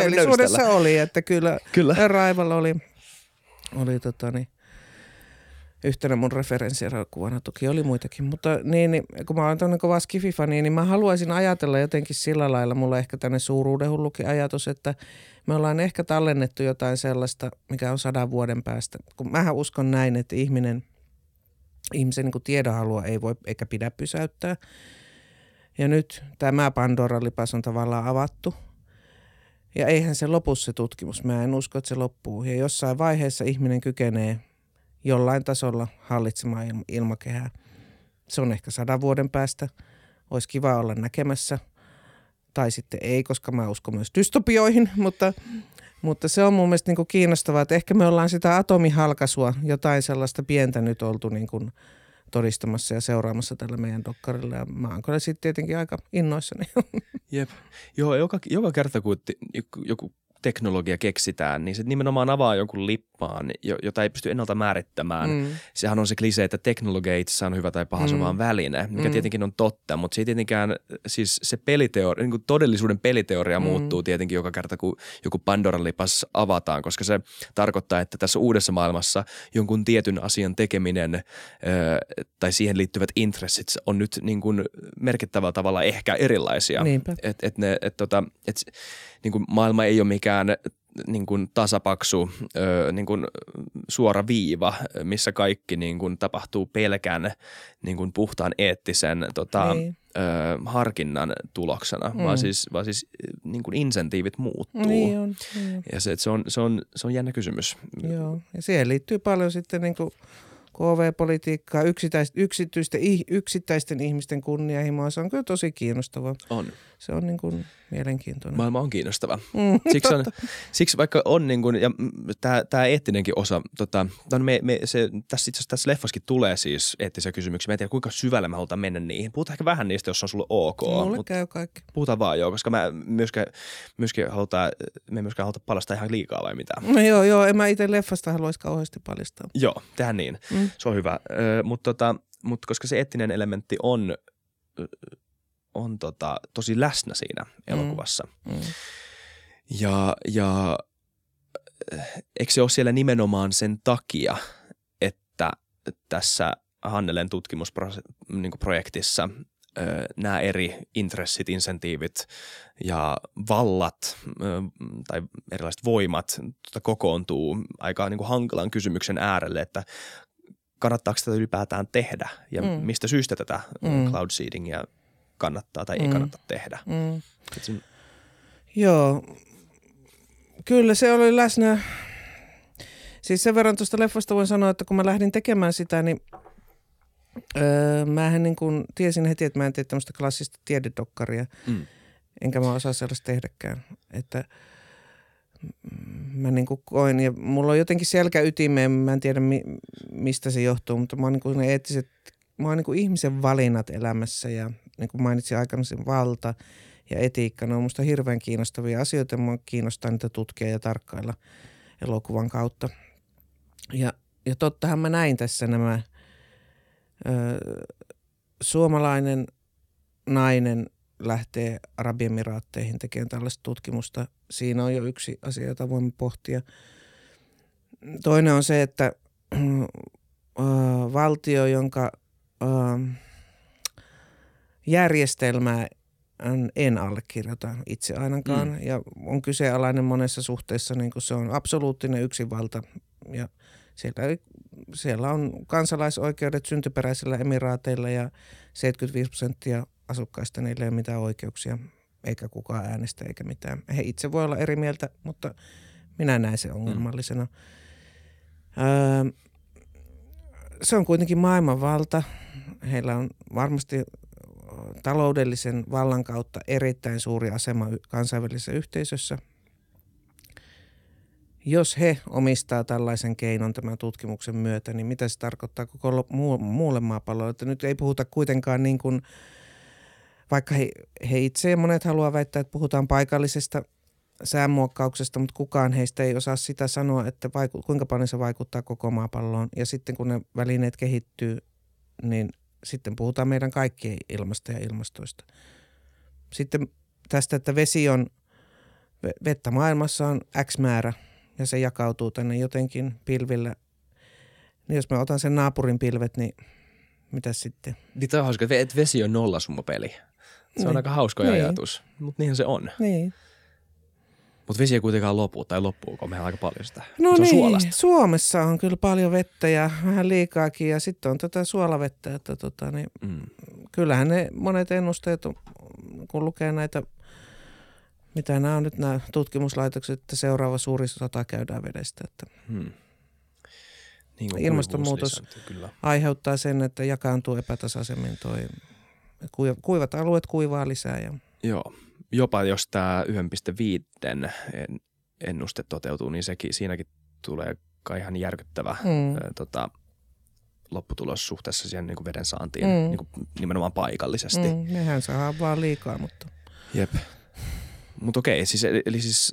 todellisuudessa oli, että kyllä Arrival oli yhtenä mun referenssielokuvana. Toki oli muitakin, mutta niin, kun mä olen tämmöinen kova skififani, niin mä haluaisin ajatella jotenkin sillä lailla, mulla on ehkä tänne suuruudenhullukin ajatus, että me ollaan ehkä tallennettu jotain sellaista, mikä on 100 vuoden päästä. Kun mähän uskon näin, että ihmisen niin kuin tiedonhalua ei voi eikä pidä pysäyttää. Ja nyt tämä Pandoran lipas on tavallaan avattu. Ja eihän se lopu se tutkimus. Mä en usko, että se loppuu. Ja jossain vaiheessa ihminen kykenee jollain tasolla hallitsemaan ilmakehää. Se on ehkä 100 vuoden päästä. Olisi kiva olla näkemässä. Tai sitten ei, koska mä uskon myös dystopioihin. Mutta se on mun mielestä niin kuin kiinnostavaa, että ehkä me ollaan sitä atomihalkaisua, jotain sellaista pientä nyt oltu niin kuin todistamassa ja seuraamassa tällä meidän dokkarilla. Ja mä oon kyllä sitten tietenkin aika innoissani. Jep. Joo, joka kerta kun joku teknologia keksitään, niin se nimenomaan avaa jonkun lippaan, jota ei pysty ennalta määrittämään. Sehän on se klise, että teknologia itse on hyvä tai paha, se on vaan väline, mikä tietenkin on totta, mutta se ei tietenkään, siis se peliteoria, niin kuin todellisuuden peliteoria muuttuu tietenkin joka kerta, kun joku Pandoran lipas avataan, koska se tarkoittaa, että tässä uudessa maailmassa jonkun tietyn asian tekeminen tai siihen liittyvät intressit on nyt niin kuin merkittävällä tavalla ehkä erilaisia. Niinpä. Niin kuin maailma ei ole mikään niin kuin tasapaksu niin kuin suora viiva, missä kaikki niin kuin tapahtuu pelkän niin kuin puhtaan eettisen harkinnan tuloksena, vaan siis niin kuin insentiivit muuttuu. Niin on. Ja se on jännä kysymys. Joo, ja siihen liittyy paljon sitten niin kuin KV-politiikkaa, yksittäisten ihmisten kunnianhimoa. Se on kyllä tosi kiinnostavaa. On. Se on niin kuin mielenkiintoinen. Maailma on kiinnostava. Siksi vaikka on niin kuin, ja tämä eettinenkin osa, tässä leffaskin tulee siis eettisiä kysymyksiä. Mä en tiedä, kuinka syvälle me halutaan mennä niihin. Puhutaan ehkä vähän niistä, jos on sulle ok. Mulle käy kaikki. Puhutaan vaan koska me myöskään haluta paljastaa ihan liikaa vai mitään. No joo, en mä itse leffasta haluaisi kauheasti paljastaa. Joo, tehdään niin. Se on hyvä. Mutta koska se eettinen elementti on tosi läsnä siinä elokuvassa. Ja eikö se ole siellä nimenomaan sen takia, että tässä Hannelen tutkimusprojektissa nämä eri intressit, insentiivit ja vallat tai erilaiset voimat kokoontuu aika niin kuin hankalan kysymyksen äärelle, että kannattaako tätä ylipäätään tehdä ja mistä syystä tätä cloud seedingia kannattaa tai ei kannata tehdä. Joo, kyllä se oli läsnä. Siis sen verran tuosta leffasta voin sanoa, että kun mä lähdin tekemään sitä, niin mähän niin kuin tiesin heti, että mä en tee tämmöistä klassista tiededokkaria, enkä mä osaa sellaista tehdäkään. Että mä niin kuin koin, ja mulla on jotenkin selkäytimeen, mä en tiedä mistä se johtuu, mutta mä oon niin kuin ne eettiset, mä oon niin kuin ihmisen valinnat elämässä ja niin kuin mainitsin aikana sen valta ja etiikka, ne on musta hirveän kiinnostavia asioita, ja mua kiinnostaa niitä tutkia ja tarkkailla elokuvan kautta. Ja tottahan mä näin tässä nämä suomalainen nainen lähtee Arabiemiraatteihin tekemään tällaista tutkimusta. Siinä on jo yksi asia, jota voimme pohtia. Toinen on se, että valtio, jonka järjestelmää en allekirjoita itse ainakaan ja on kyseenalainen monessa suhteessa, niin kuin se on absoluuttinen yksinvalta ja siellä on kansalaisoikeudet syntyperäisillä emiraateilla ja 75% asukkaista niillä ei ole mitään oikeuksia, eikä kukaan äänestä eikä mitään. He itse voi olla eri mieltä, mutta minä näen sen ongelmallisena. Se on kuitenkin maailmanvalta. Heillä on varmasti taloudellisen vallan kautta erittäin suuri asema kansainvälisessä yhteisössä. Jos he omistaa tällaisen keinon tämän tutkimuksen myötä, niin mitä se tarkoittaa koko muulle maapallolle? Että nyt ei puhuta kuitenkaan niin kuin, vaikka he itse ja monet haluaa väittää, että puhutaan paikallisesta säänmuokkauksesta, mutta kukaan heistä ei osaa sitä sanoa, että kuinka paljon se vaikuttaa koko maapalloon. Ja sitten kun ne välineet kehittyy, niin sitten puhutaan meidän kaikkien ilmasta ja ilmastoista. Sitten tästä, että vettä maailmassa on X määrä ja se jakautuu tänne jotenkin pilvillä, Niin jos mä otan sen naapurin pilvet, niin mitäs sitten? Niin tämä on hauska, että vesi on nollasummapeli. Se on aika hauska ajatus, mutta niinhän se on. Niin. Mutta vesi ei kuitenkaan lopu, tai loppuuko meillä aika paljon sitä? No se on niin, suolasta. Suomessa on kyllä paljon vettä ja vähän liikaakin ja sitten on tätä suolavettä, että kyllähän ne monet ennusteet, kun lukee näitä, mitä nämä on nyt nämä tutkimuslaitokset, että seuraava suuri sota käydään vedestä. Että niin ilmastonmuutos aiheuttaa sen, että jakaantuu epätasaisemmin toi kuivat alueet kuivaa lisää. Ja joo, jopa jos tämä 1,5 ennuste toteutuu, niin siinäkin tulee kai ihan järkyttävä lopputulos suhteessa siihen niin kuin veden saantiin niin kuin nimenomaan paikallisesti. Nehän saa vaan liikaa, mutta jep. Mutta okei, siis, eli siis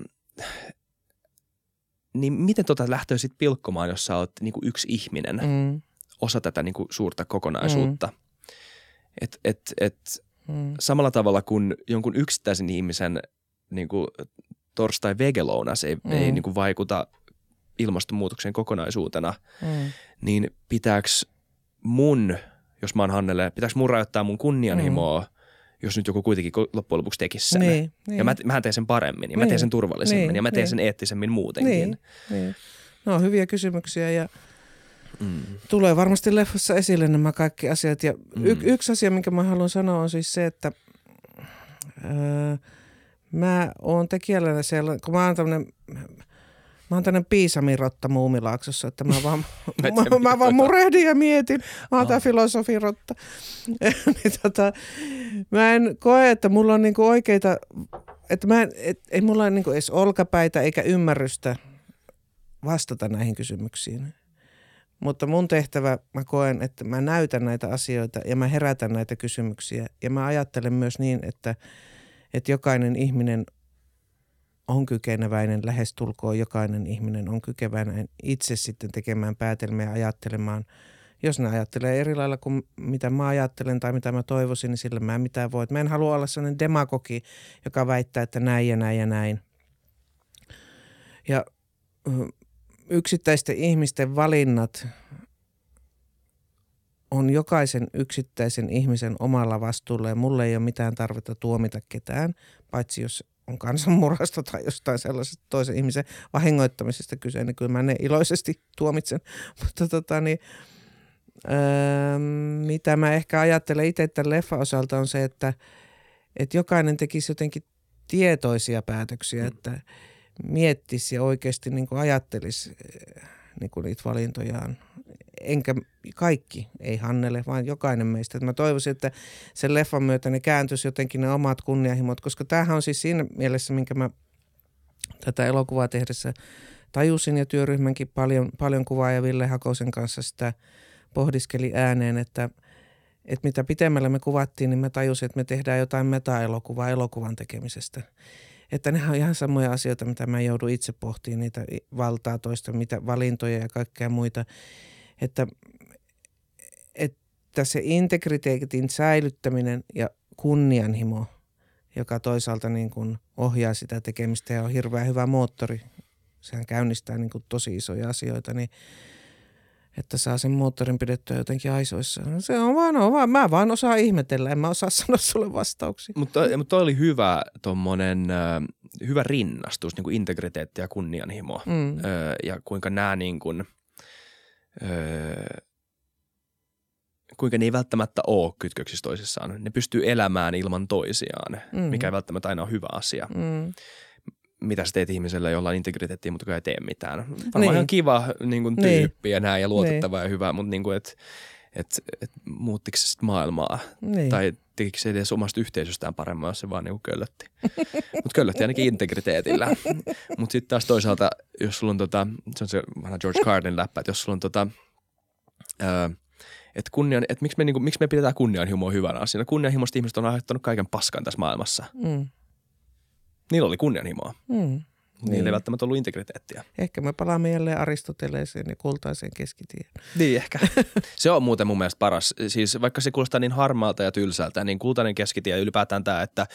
niin miten lähtee sitten pilkkomaan, jos sä oot niinku yksi ihminen, osa tätä niinku suurta kokonaisuutta? Samalla tavalla kuin jonkun yksittäisen ihmisen niinku torstai vegelounas ei niinku vaikuta ilmastonmuutoksen kokonaisuutena, niin pitääks mun, jos mä oon Hannele, pitääks mun rajoittaa mun kunnianhimoa, jos nyt joku kuitenkin loppujen lopuksi tekisi sen. Niin. Ja mähän teen sen paremmin ja mä teen sen turvallisemmin ja mä teen sen eettisemmin muutenkin. Niin. No hyviä kysymyksiä ja tulee varmasti leffassa esille nämä kaikki asiat. Ja yksi asia, minkä mä haluan sanoa on siis se, että mä oon tekijällä siellä, kun mä oon tämmönen piisamirotta Muumilaaksossa, että mä vaan murehdin ja mietin. Mä oon tää filosofirotta. Mä en koe, että mulla on niinku oikeita, että ei mulla ole niinku edes olkapäitä eikä ymmärrystä vastata näihin kysymyksiin. Mutta mun tehtävä, mä koen, että mä näytän näitä asioita ja mä herätän näitä kysymyksiä. Ja mä ajattelen myös niin, että jokainen ihminen on kykeneväinen, lähestulkoon jokainen ihminen on kykeneväinen itse sitten tekemään päätelmiä ja ajattelemaan. Jos ne ajattelee eri lailla kuin mitä mä ajattelen tai mitä mä toivoisin, niin sillä mä en mitään voi. Mä en halua olla sellainen demagogi, joka väittää, että näin ja näin ja näin. Ja yksittäisten ihmisten valinnat on jokaisen yksittäisen ihmisen omalla vastuulla ja mulle ei ole mitään tarvetta tuomita ketään, paitsi jos on kansanmurhasta tai jostain sellaisesta toisen ihmisen vahingoittamisesta kyse, niin kyllä mä ne iloisesti tuomitsen. Mutta mitä mä ehkä ajattelen itse tämän leffan osalta on se, että jokainen tekisi jotenkin tietoisia päätöksiä, että miettisi ja oikeasti niin kuin ajattelisi niin kuin niitä valintojaan. Enkä kaikki, ei Hannele, vaan jokainen meistä. Mä toivoisin, että sen leffan myötä ne kääntyisi jotenkin ne omat kunnianhimot, koska tämähän on siis siinä mielessä, minkä mä tätä elokuvaa tehdessä tajusin ja työryhmänkin paljon kuvaaja Ville Hakosen kanssa sitä pohdiskeli ääneen, että mitä pitemmälle me kuvattiin, niin mä tajusin, että me tehdään jotain meta-elokuvaa elokuvan tekemisestä. Että nehän on ihan samoja asioita, mitä mä joudun itse pohtimaan, niitä valtaa toista, mitä valintoja ja kaikkea muita. Että se integriteetin säilyttäminen ja kunnianhimo, joka toisaalta niin kuin ohjaa sitä tekemistä ja on hirveän hyvä moottori, sehän käynnistää niin kuin tosi isoja asioita, niin että saa sen moottorin pidettyä jotenkin aisoissa. Se on vaan, mä vaan osaan ihmetellä, en mä osaa sanoa sulle vastauksia. Mutta toi oli hyvä hyvä rinnastus, niin kuin integriteetti ja kunnianhimo. Ja kuinka nämä niin kuin, kuinka ne ei välttämättä ole kytköksissä toisissaan. Ne pystyy elämään ilman toisiaan, mikä ei välttämättä aina ole hyvä asia. Mitä sä teet ihmiselle, jolla on integriteettiä, mutta ei tee mitään. Varmaan ihan kiva niin kuin tyyppi ja näin ja luotettava ja hyvä, mutta niin kuin, muuttiko se sitten maailmaa? Tai tekikö se edes omasta yhteisöstään paremmin, jos se vaan niin köllötti. Mutta köllötti ainakin integriteetillä. Mutta sitten taas toisaalta, jos sulla on se on se vanha George Carlin läppä, että jos sulla on että miksi me pidetään kunnianhimoa hyvänä asiana. Kunnianhimoista ihmiset on aiheuttanut kaiken paskan tässä maailmassa. Niillä oli kunnianhimoa. Niillä ei välttämättä ollut integriteettiä. Ehkä me palaamme jälleen Aristoteleeseen ja kultaiseen keskitien. Niin ehkä. Se on muuten mun mielestä paras. Siis vaikka se kuulostaa niin harmaalta ja tylsältä, niin kultainen keskitie ja ylipäätään tämä, että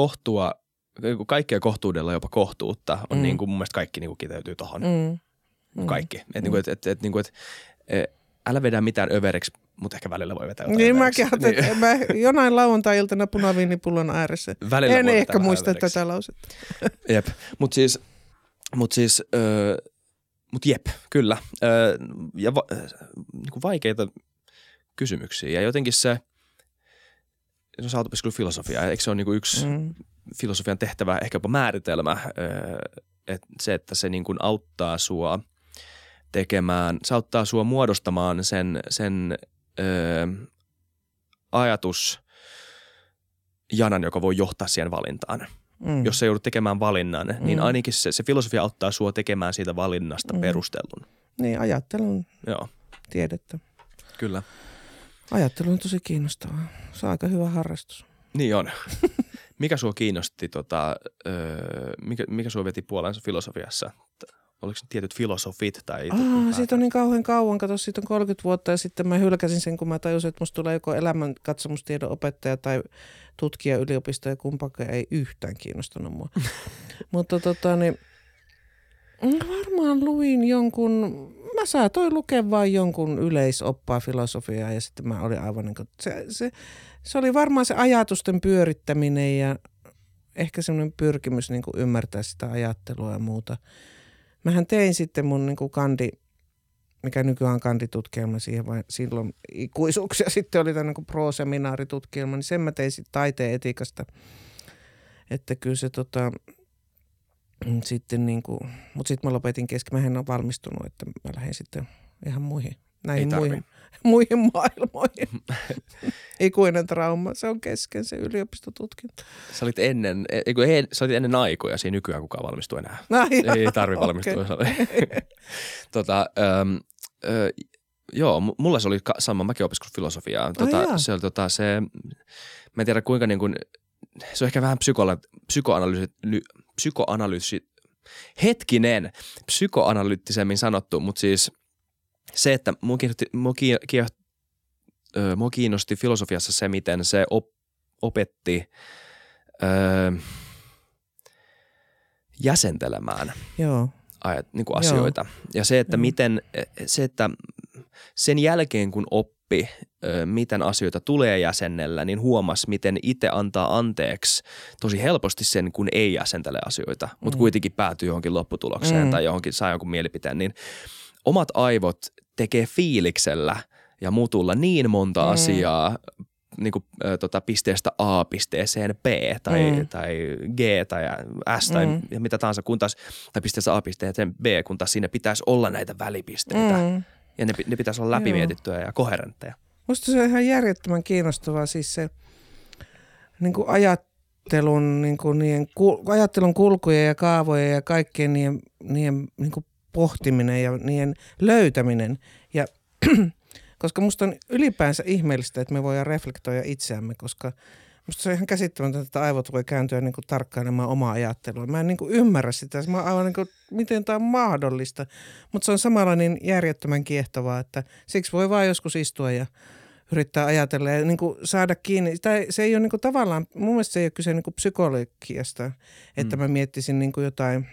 kaikkea kohtuudella jopa kohtuutta on niin kuin mun mielestä kaikki niin kuin kiteytyy tohon. kaikki. Että niinku, niinku, älä vedä mitään överiksi, mutta ehkä välillä voi vetää jotain niin överiksi. Mäkin ajattelin, että mä jonain lauantai-iltana punaviinipullon ääressä. Välillä en voi ehkä vetää muista överiksi. tätä lausetta. Jep, mutta jep, kyllä. Ja niinku vaikeita kysymyksiä. Ja jotenkin sä oot opiskellut filosofiaa. Eikö se ole niinku yksi filosofian tehtävä, ehkä jopa määritelmä, että se, että se niinku auttaa sua tekemään, se auttaa sua muodostamaan sen ajatusjanan, joka voi johtaa siihen valintaan. Jos sä joudut tekemään valinnan, niin ainakin se filosofia auttaa sua tekemään siitä valinnasta perustellun. Niin, ajattelun Joo. tiedettä. Kyllä. Ajattelu on tosi kiinnostavaa. Se on aika hyvä harrastus. Niin on. Mikä sua kiinnosti, mikä sua veti puolensa filosofiassa? Oliko se tietyt filosofit? Siitä on niin kauhean kauan. Kato, siitä on 30 vuotta ja sitten mä hylkäsin sen, kun mä tajusin, että musta tulee joko elämänkatsomustiedon opettaja tai tutkija yliopisto ja kumpakaan ei yhtään kiinnostanut mua. Mutta varmaan luin mä saatoin lukea vain jonkun yleisoppaa filosofiaa ja sitten mä olin aivan niin kuin, se oli varmaan se ajatusten pyörittäminen ja ehkä semmoinen pyrkimys niin kuin ymmärtää sitä ajattelua ja muuta. Mähän tein sitten mun niin kuin mikä nykyään on kanditutkielma siihen, vai silloin ikuisuuksia sitten oli tämä niin pro-seminaaritutkielma, niin sen mä tein sitten taiteen etiikasta. Että kyllä se sitten niin kuin, mutta sitten mä lopetin kesken, mä en ole valmistunut, että mä lähdin sitten ihan muihin maailmoihin. Ikuinen trauma, se on kesken se yliopistotutkinto. Sä olit ennen aikoja, siinä nykyään kukaan valmistuu enää. Ei tarvi valmistua. Joo, mulla se oli sama, mäkin opiskellut filosofiaa. Se oli mä en tiedä kuinka niin kuin, se on ehkä vähän psykoanalyyttisemmin sanottu, mutta siis se, että mua kiinnosti filosofiassa se, miten se opetti jäsentelemään niin kuin asioita. Joo. Ja se, että että sen jälkeen kun oppi, miten asioita tulee jäsennellä, niin huomasi, miten itse antaa anteeksi tosi helposti sen, kun ei jäsentele asioita, mutta kuitenkin päätyy johonkin lopputulokseen tai johonkin saa jonkun mielipiteen, niin omat aivot tekee fiiliksellä ja mutulla niin monta asiaa niin kuin, pisteestä A pisteeseen B tai G tai S tai mitä tahansa, kun taas, tai pisteestä A pisteeseen B, kun taas siinä pitäisi olla näitä välipisteitä ja ne pitäisi olla läpimietittyjä ja koherentteja. Musta se on ihan järjettömän kiinnostavaa siis se niin kuin ajattelun, niin kuin ajattelun kulkuja ja kaavoja ja kaikkien niiden niin kuin pohtiminen ja niiden löytäminen. Ja koska musta on ylipäänsä ihmeellistä, että me voidaan reflektoida itseämme, koska musta se on ihan käsittämätöntä, että aivot voi kääntyä niin kuin tarkkailemaan omaa ajattelua. Mä en niin kuin ymmärrä sitä. Mä aivan niin kuin, miten tämä on mahdollista. Mutta se on samalla niin järjettömän kiehtovaa, että siksi voi vaan joskus istua ja yrittää ajatella ja niin kuin saada kiinni. Se ei ole niin kuin tavallaan, mun mielestä se ei ole kyse niin kuin psykologiasta, että mä miettisin niin kuin jotain,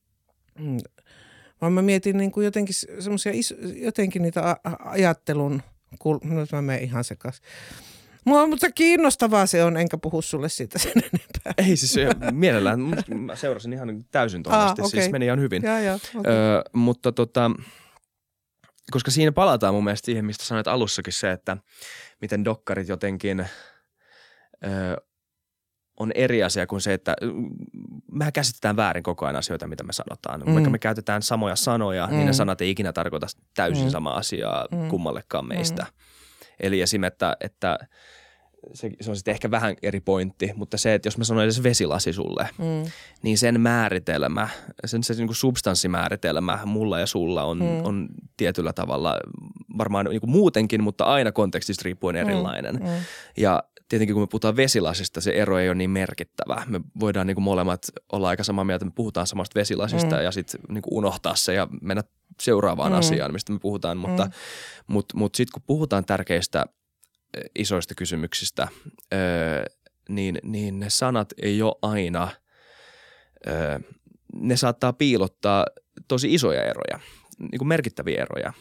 vaan mä mietin niin kuin jotenkin semmoisia jotenkin niitä ajattelun, nyt mä menen ihan sekas. Mutta kiinnostavaa se on, enkä puhu sulle siitä sen enempää. Ei siis mielellään, mä seurasin ihan täysin tuohon asti, okay. Siis meni ihan hyvin. Okay. Mutta koska siinä palataan mun mielestä siihen, mistä sanoit alussakin se, että miten dokkarit jotenkin on eri asia kuin se, että mehän käsitetään väärin koko ajan asioita, mitä me sanotaan. Vaikka me käytetään samoja sanoja, niin ne sanat ei ikinä tarkoita täysin samaa asiaa kummallekaan meistä. Eli esimerkiksi, että se on sitten ehkä vähän eri pointti, mutta se, että jos mä sanon edes vesilasi sulle, niin sen määritelmä, se niin kuin substanssimääritelmä mulla ja sulla on tietyllä tavalla varmaan niin kuin muutenkin, mutta aina kontekstista riippuen erilainen. Ja tietenkin kun me puhutaan vesilasista, se ero ei ole niin merkittävä. Me voidaan niin kuin molemmat olla aika samaa mieltä, me puhutaan samasta vesilasista ja sitten niin kuin unohtaa se ja mennä seuraavaan asiaan, mistä me puhutaan. Mutta sitten kun puhutaan tärkeistä isoista kysymyksistä, niin ne sanat ei ole aina, ne saattaa piilottaa tosi isoja eroja. niin kuin merkittäviä eroja.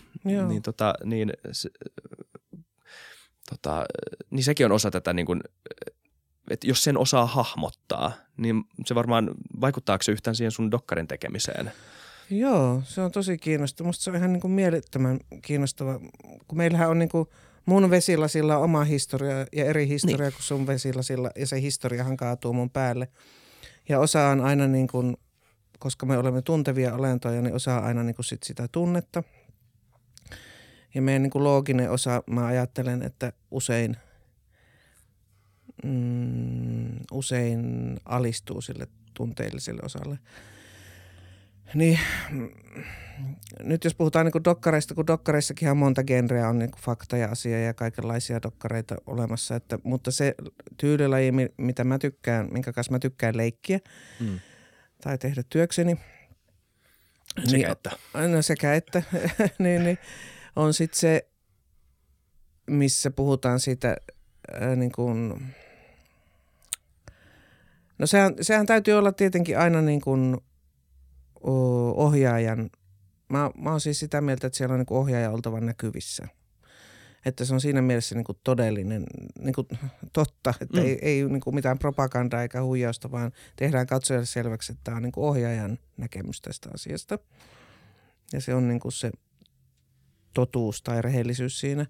Niin sekin on osa tätä, niin kuin, että jos sen osaa hahmottaa, niin se varmaan, vaikuttaako se yhtään siihen sun dokkarin tekemiseen? Joo, se on tosi kiinnostava. Musta se on ihan niin kuin mielettömän kiinnostava, kun meillähän on niin kuin mun vesilasilla on oma historia ja eri historia kuin sun vesilasilla, ja se historiahan kaatuu mun päälle. Ja osaan aina niin kuin, koska me olemme tuntevia olentoja, niin osaa aina niin kuin sit sitä tunnetta. Ja meidän niin kuin looginen osa, mä ajattelen, että usein alistuu sille tunteelliselle osalle. Niin, nyt jos puhutaan niin kuin dokkareista, kun dokkareissakin on monta genreä, on niin kuin fakta ja asia ja kaikenlaisia dokkareita olemassa, mutta se tyylilaji, mitä mä tykkään, minkä kanssa mä tykkään leikkiä tai tehdä työkseni. Sekä että. niin, on sitten se, missä puhutaan siitä niin kuin, no sehän täytyy olla tietenkin aina niin kuin ohjaajan. Mä oon siis sitä mieltä, että siellä on niin kuin ohjaaja oltava näkyvissä. Että se on siinä mielessä niin kuin todellinen, niin kuin totta, että ei niin kuin mitään propagandaa eikä huijausta, vaan tehdään katsojalle selväksi, että tämä on niin kuin ohjaajan näkemys tästä asiasta. Ja se on niin kuin se totuus tai rehellisyys siinä.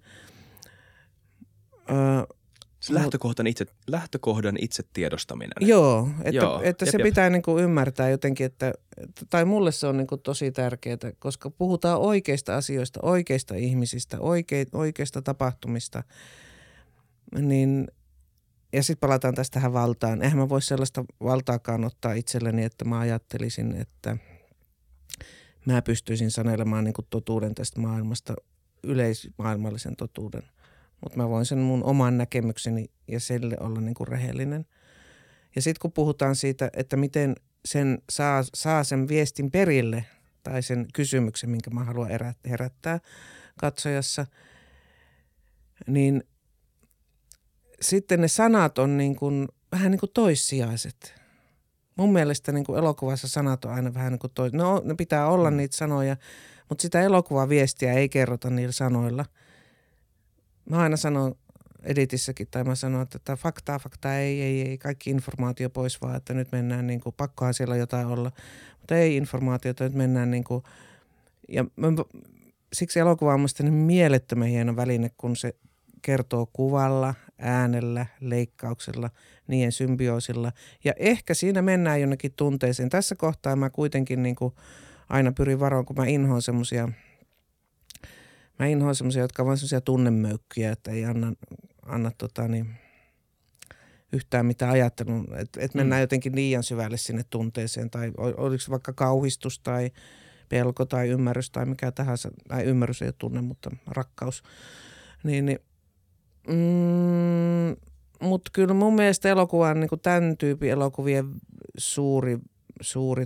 Se lähtökohdan itse tiedostaminen. Joo, että se pitää niin kuin ymmärtää jotenkin, tai mulle se on niin kuin tosi tärkeää, koska puhutaan oikeista asioista, oikeista ihmisistä, oikeista tapahtumista, niin, ja sitten palataan tähän valtaan. Eihän mä voi sellaista valtaakaan ottaa itselleni, että mä ajattelisin, että mä pystyisin sanelemaan niin kuin totuuden tästä maailmasta, yleismaailmallisen totuuden. Mutta mä voin sen mun oman näkemykseni ja sille olla niin kuin rehellinen. Ja sitten kun puhutaan siitä, että miten sen saa sen viestin perille tai sen kysymyksen, minkä mä haluan herättää katsojassa, niin sitten ne sanat on niin kuin, vähän niin kuin toissijaiset. Mun mielestä niin kuin elokuvassa sanat on aina vähän niin kuin ne pitää olla niitä sanoja, mutta sitä elokuvaviestiä ei kerrota niillä sanoilla. Mä aina sanon editissäkin, tai mä sanon, että faktaa, ei, kaikki informaatio pois vaan, että nyt mennään niin kuin, pakkohan siellä jotain olla, mutta ei informaatiota, nyt mennään niin kuin, ja siksi elokuva on mielestäni mielettömän hieno väline, kun se kertoo kuvalla, äänellä, leikkauksella, niiden symbioosilla, ja ehkä siinä mennään jonnekin tunteeseen. Tässä kohtaa mä kuitenkin niin kuin aina pyrin varoon, kun mä inhoan semmosia, jotka on vain semmoisia tunnemöykkiä, että ei anna yhtään mitään ajattelua. Että mennään jotenkin liian syvälle sinne tunteeseen. Tai oliko se vaikka kauhistus tai pelko tai ymmärrys tai mikä tahansa. Tai ymmärrys ei ole tunne, mutta rakkaus. Mutta kyllä mun mielestä elokuva on niin kuin tämän tyypin elokuvien suuri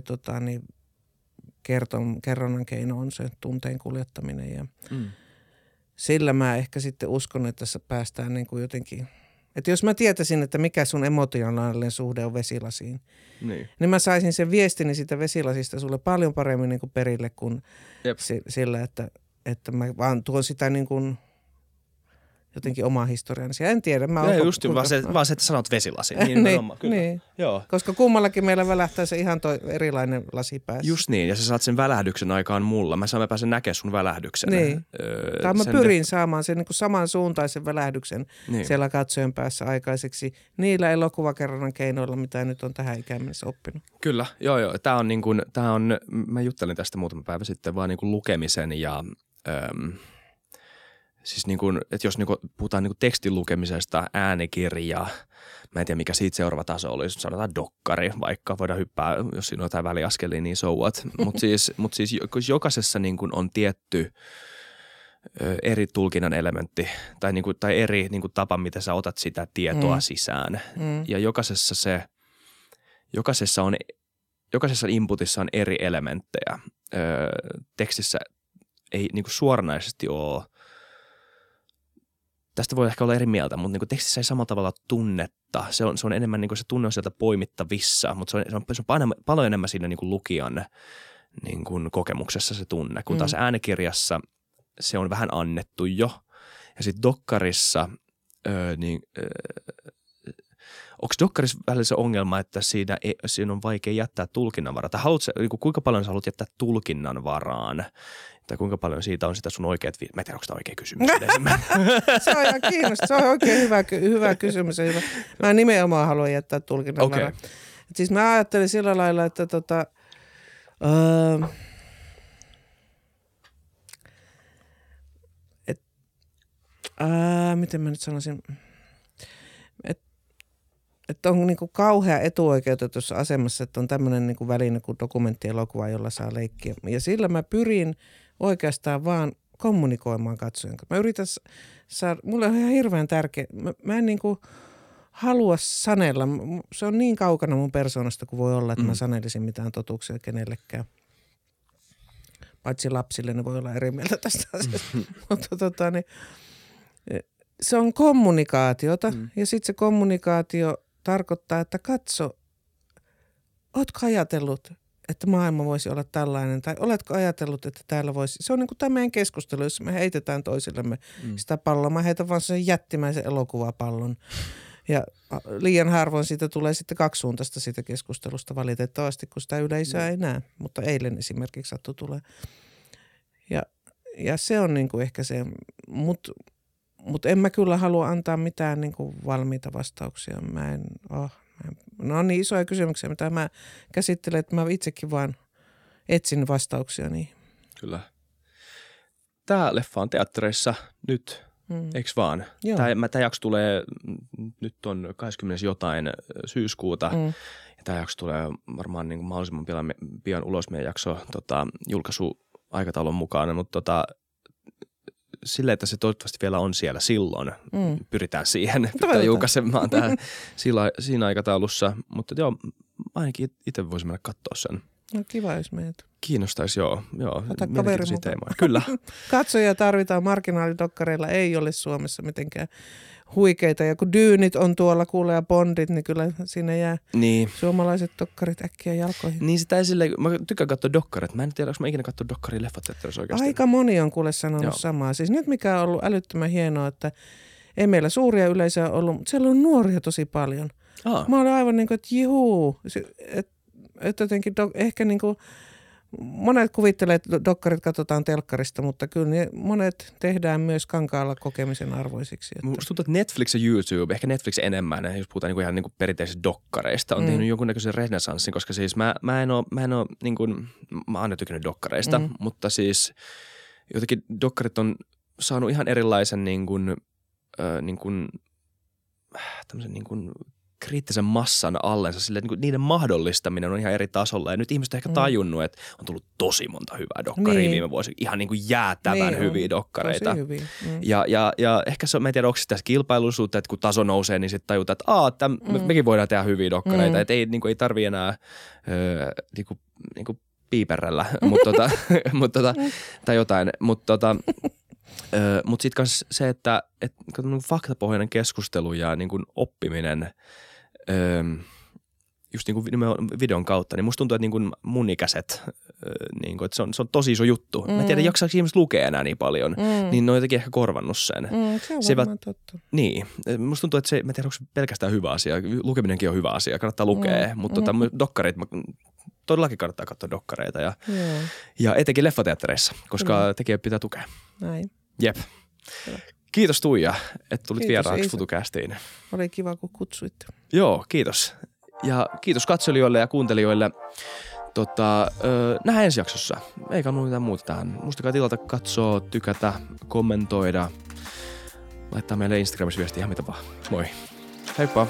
kerronnan keino on se tunteen kuljettaminen ja sillä mä ehkä sitten uskon, että tässä päästään niin kuin jotenkin, että jos mä tietäisin, että mikä sun emotionaalinen suhde on vesilasiin, niin mä saisin sen viestini siitä vesilasista sulle paljon paremmin niin kuin perille kuin sillä, että mä vaan tuon sitä niin kuin jotenkin omaa historiaansa. En tiedä. Vaan se, että sanot vesilasi. Niin, niin. Joo. Koska kummallakin meillä välähtää se ihan erilainen lasi päässä. Just niin, ja sä saat sen välähdyksen aikaan mulla. Mä pääsen näkemään sun välähdyksen. Niin. Tai mä pyrin saamaan sen niin kuin samansuuntaisen välähdyksen siellä katsojen päässä aikaiseksi niillä elokuvakerronnan keinoilla, mitä nyt on tähän ikään mennessä oppinut. Kyllä, joo. Mä juttelin tästä muutama päivä sitten vaan niin kuin lukemisen ja siis niin kuin, että jos niin kuin puhutaan niin kuin tekstin lukemisesta, äänikirja, mä en tiedä mikä siitä seuraava taso olisi, sanotaan dokkari, vaikka voidaan hyppää, jos siinä on jotain väliaskelia, niin so what. Mutta siis jokaisessa niin kuin on tietty eri tulkinnan elementti tai eri niin kuin tapa, miten sä otat sitä tietoa sisään. Ja jokaisessa inputissa on eri elementtejä. Tekstissä ei niin kuin suoranaisesti ole. Tästä voi ehkä olla eri mieltä, mutta niin tekstissä ei samalla tavalla tunnetta. Se on enemmän, niin se tunne on sieltä poimittavissa, mutta se on paljon enemmän siinä niin lukijan niin kuin kokemuksessa se tunne, kun taas äänikirjassa se on vähän annettu jo. Ja sitten dokkarissa, onko dokkarissa välillä se ongelma, että siinä on vaikea jättää tulkinnanvaraa? Tai kuinka paljon sä haluat jättää tulkinnanvaraan? Tai kuinka paljon siitä on sitä sun oikeat Mä en tiedä, onko tämä oikea kysymys. Se on ihan kiinnostava. Se on oikein hyvä kysymys. Mä nimenomaan haluan jättää tulkinnanvaraa. Okay. Siis mä ajattelin sillä lailla, että miten mä nyt sanoisin, että on niinku kauhea etuoikeutetussa asemassa, että on tämmöinen niinku väline kuin dokumenttielokuva, jolla saa leikkiä. Ja sillä mä pyrin oikeastaan vaan kommunikoimaan katsojan. Mä yritän saada, mulle on ihan hirveän tärkeä, mä en niinku halua sanella. Se on niin kaukana mun persoonasta kuin voi olla, että mä sanelisin mitään totuuksia kenellekään. Paitsi lapsille, ne voi olla eri mieltä tästä asiasta. Mutta se on kommunikaatiota ja sitten se kommunikaatio tarkoittaa, että katso, ootko ajatellut, että maailma voisi olla tällainen tai oletko ajatellut, että täällä voisi. Se on niin kuin tämä meidän keskustelu, jossa me heitetään toisillemme sitä palloa. Mä heitän vaan sen jättimäisen elokuvapallon ja liian harvoin siitä tulee sitten kaksisuuntaista siitä keskustelusta valitettavasti, kun sitä yleisöä ei näe. Mutta eilen esimerkiksi sattui tulee. Ja se on niin kuin ehkä se, mutta en mä kyllä halua antaa mitään niin kuin valmiita vastauksia. Ne on niin isoja kysymyksiä, mitä mä käsittelen, että mä itsekin vaan etsin vastauksia niihin. Kyllä. Tämä leffa on teattereissa nyt, eikö vaan? Tämä jakso tulee, nyt on 20. jotain syyskuuta, ja tämä jakso tulee varmaan niin kuin mahdollisimman pian ulos meidän jakso julkaisuaikataulun mukaan, mutta silleen, että se toivottavasti vielä on siellä silloin. Pyritään siihen, pitää julkaisemaan tähän siinä aikataulussa. Mutta joo, ainakin itse voisin mennä katsoa sen. No kiva, jos menet. Kiinnostaisi, joo. Ota kaveri mukaan. Kyllä. Katsoja tarvitaan. Marginaalidokkareilla ei ole Suomessa mitenkään huikeita. Ja kun Dyynit on tuolla kuulee ja Bondit, niin kyllä siinä jää suomalaiset dokkarit äkkiä jalkoihin. Niin sitä ei silleen, mä tykkään katsoa dokkarit. Mä en tiedä, onko mä ikinä katsoa dokkaria leffateatterissa oikeasti. Aika moni on kuule sanonut samaa. Siis nyt mikä on ollut älyttömän hienoa, että ei meillä suuria yleisöjä ollut, mutta siellä on nuoria tosi paljon. Mä olen aivan niin kuin, että jihuu. Että jotenkin ehkä niin kuin monet kuvittelee, että dokkarit katsotaan telkkarista, mutta kyllä monet tehdään myös kankaalla kokemisen arvoisiksi. Musta tuntuu, että Netflix ja YouTube, ehkä Netflix enemmän, jos puhutaan ihan niin kuin perinteisistä dokkareista, on tehnyt jonkunnäköisen renesanssin, koska siis mä en ole niin kuin, mä oon aina tykännyt dokkareista, mutta siis jotenkin dokkarit on saanut ihan erilaisen tämmöisen niin kuin kriittisen massan allensa, sille niin niiden mahdollistaminen on ihan eri tasolla. Ja nyt ihmiset on ehkä tajunnut, että on tullut tosi monta hyvää dokkaria viime vuosina. Ihan niin kuin jäätävän hyviä dokkareita. Tosi hyviä. Ja ehkä se, mä en tiedä, onko se tässä kilpailuisuutta, että kun taso nousee, niin sitten tajutaan, että mekin voidaan tehdä hyviä dokkareita. Että ei tarvitse enää piiperrellä, tai jotain. Mutta sitten myös se, että faktapohjainen keskustelu ja niin kuin oppiminen just niin kuin videon kautta, niin musta tuntuu, että niin kuin mun ikäiset, niin kuin, että se on tosi iso juttu. Mä en tiedä, jaksaako ihmiset lukea enää niin paljon, niin ne on jotenkin ehkä korvannut sen. Se on varmaan totta. Niin. Musta tuntuu, että mä en tiedä, onko se pelkästään hyvä asia. Lukeminenkin on hyvä asia, kannattaa lukea, mutta dokkarit, todellakin kannattaa katsoa dokkareita ja etenkin leffateattereissa, koska tekijät pitää tukea. Näin. Jep. Kiitos Tuija, että tulit vieraaksi FutuCastiin. Oli kiva, kun kutsuitte. Joo, kiitos. Ja kiitos katselijoille ja kuuntelijoille. Nähdään ensi jaksossa. Eikä ole mitään muuta tähän. Muistakaa tilata katsoa, tykätä, kommentoida. Laittaa meille Instagramissa viestiä ihan mitä vaan. Moi. Heippa.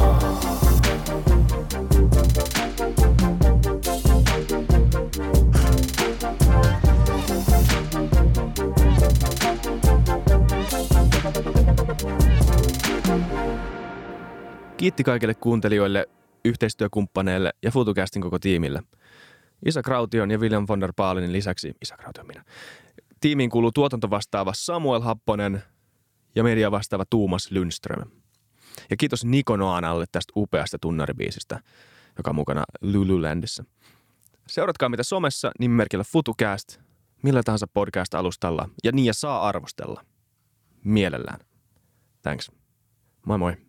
Kiitti kaikille kuuntelijoille, yhteistyökumppaneille ja FutuCastin koko tiimille. Isa Kraution ja William von der Baalinin lisäksi, Isa Kraution minä, tiimiin kuuluu tuotantovastaava Samuel Happonen ja media vastaava Tuomas Lundström. Ja kiitos Niko Noanalle tästä upeasta tunnaribiisistä, joka on mukana Lululandissa. Seuratkaa mitä somessa nimimerkillä FutuCast, millä tahansa podcast-alustalla ja saa arvostella. Mielellään. Thanks. Moi moi.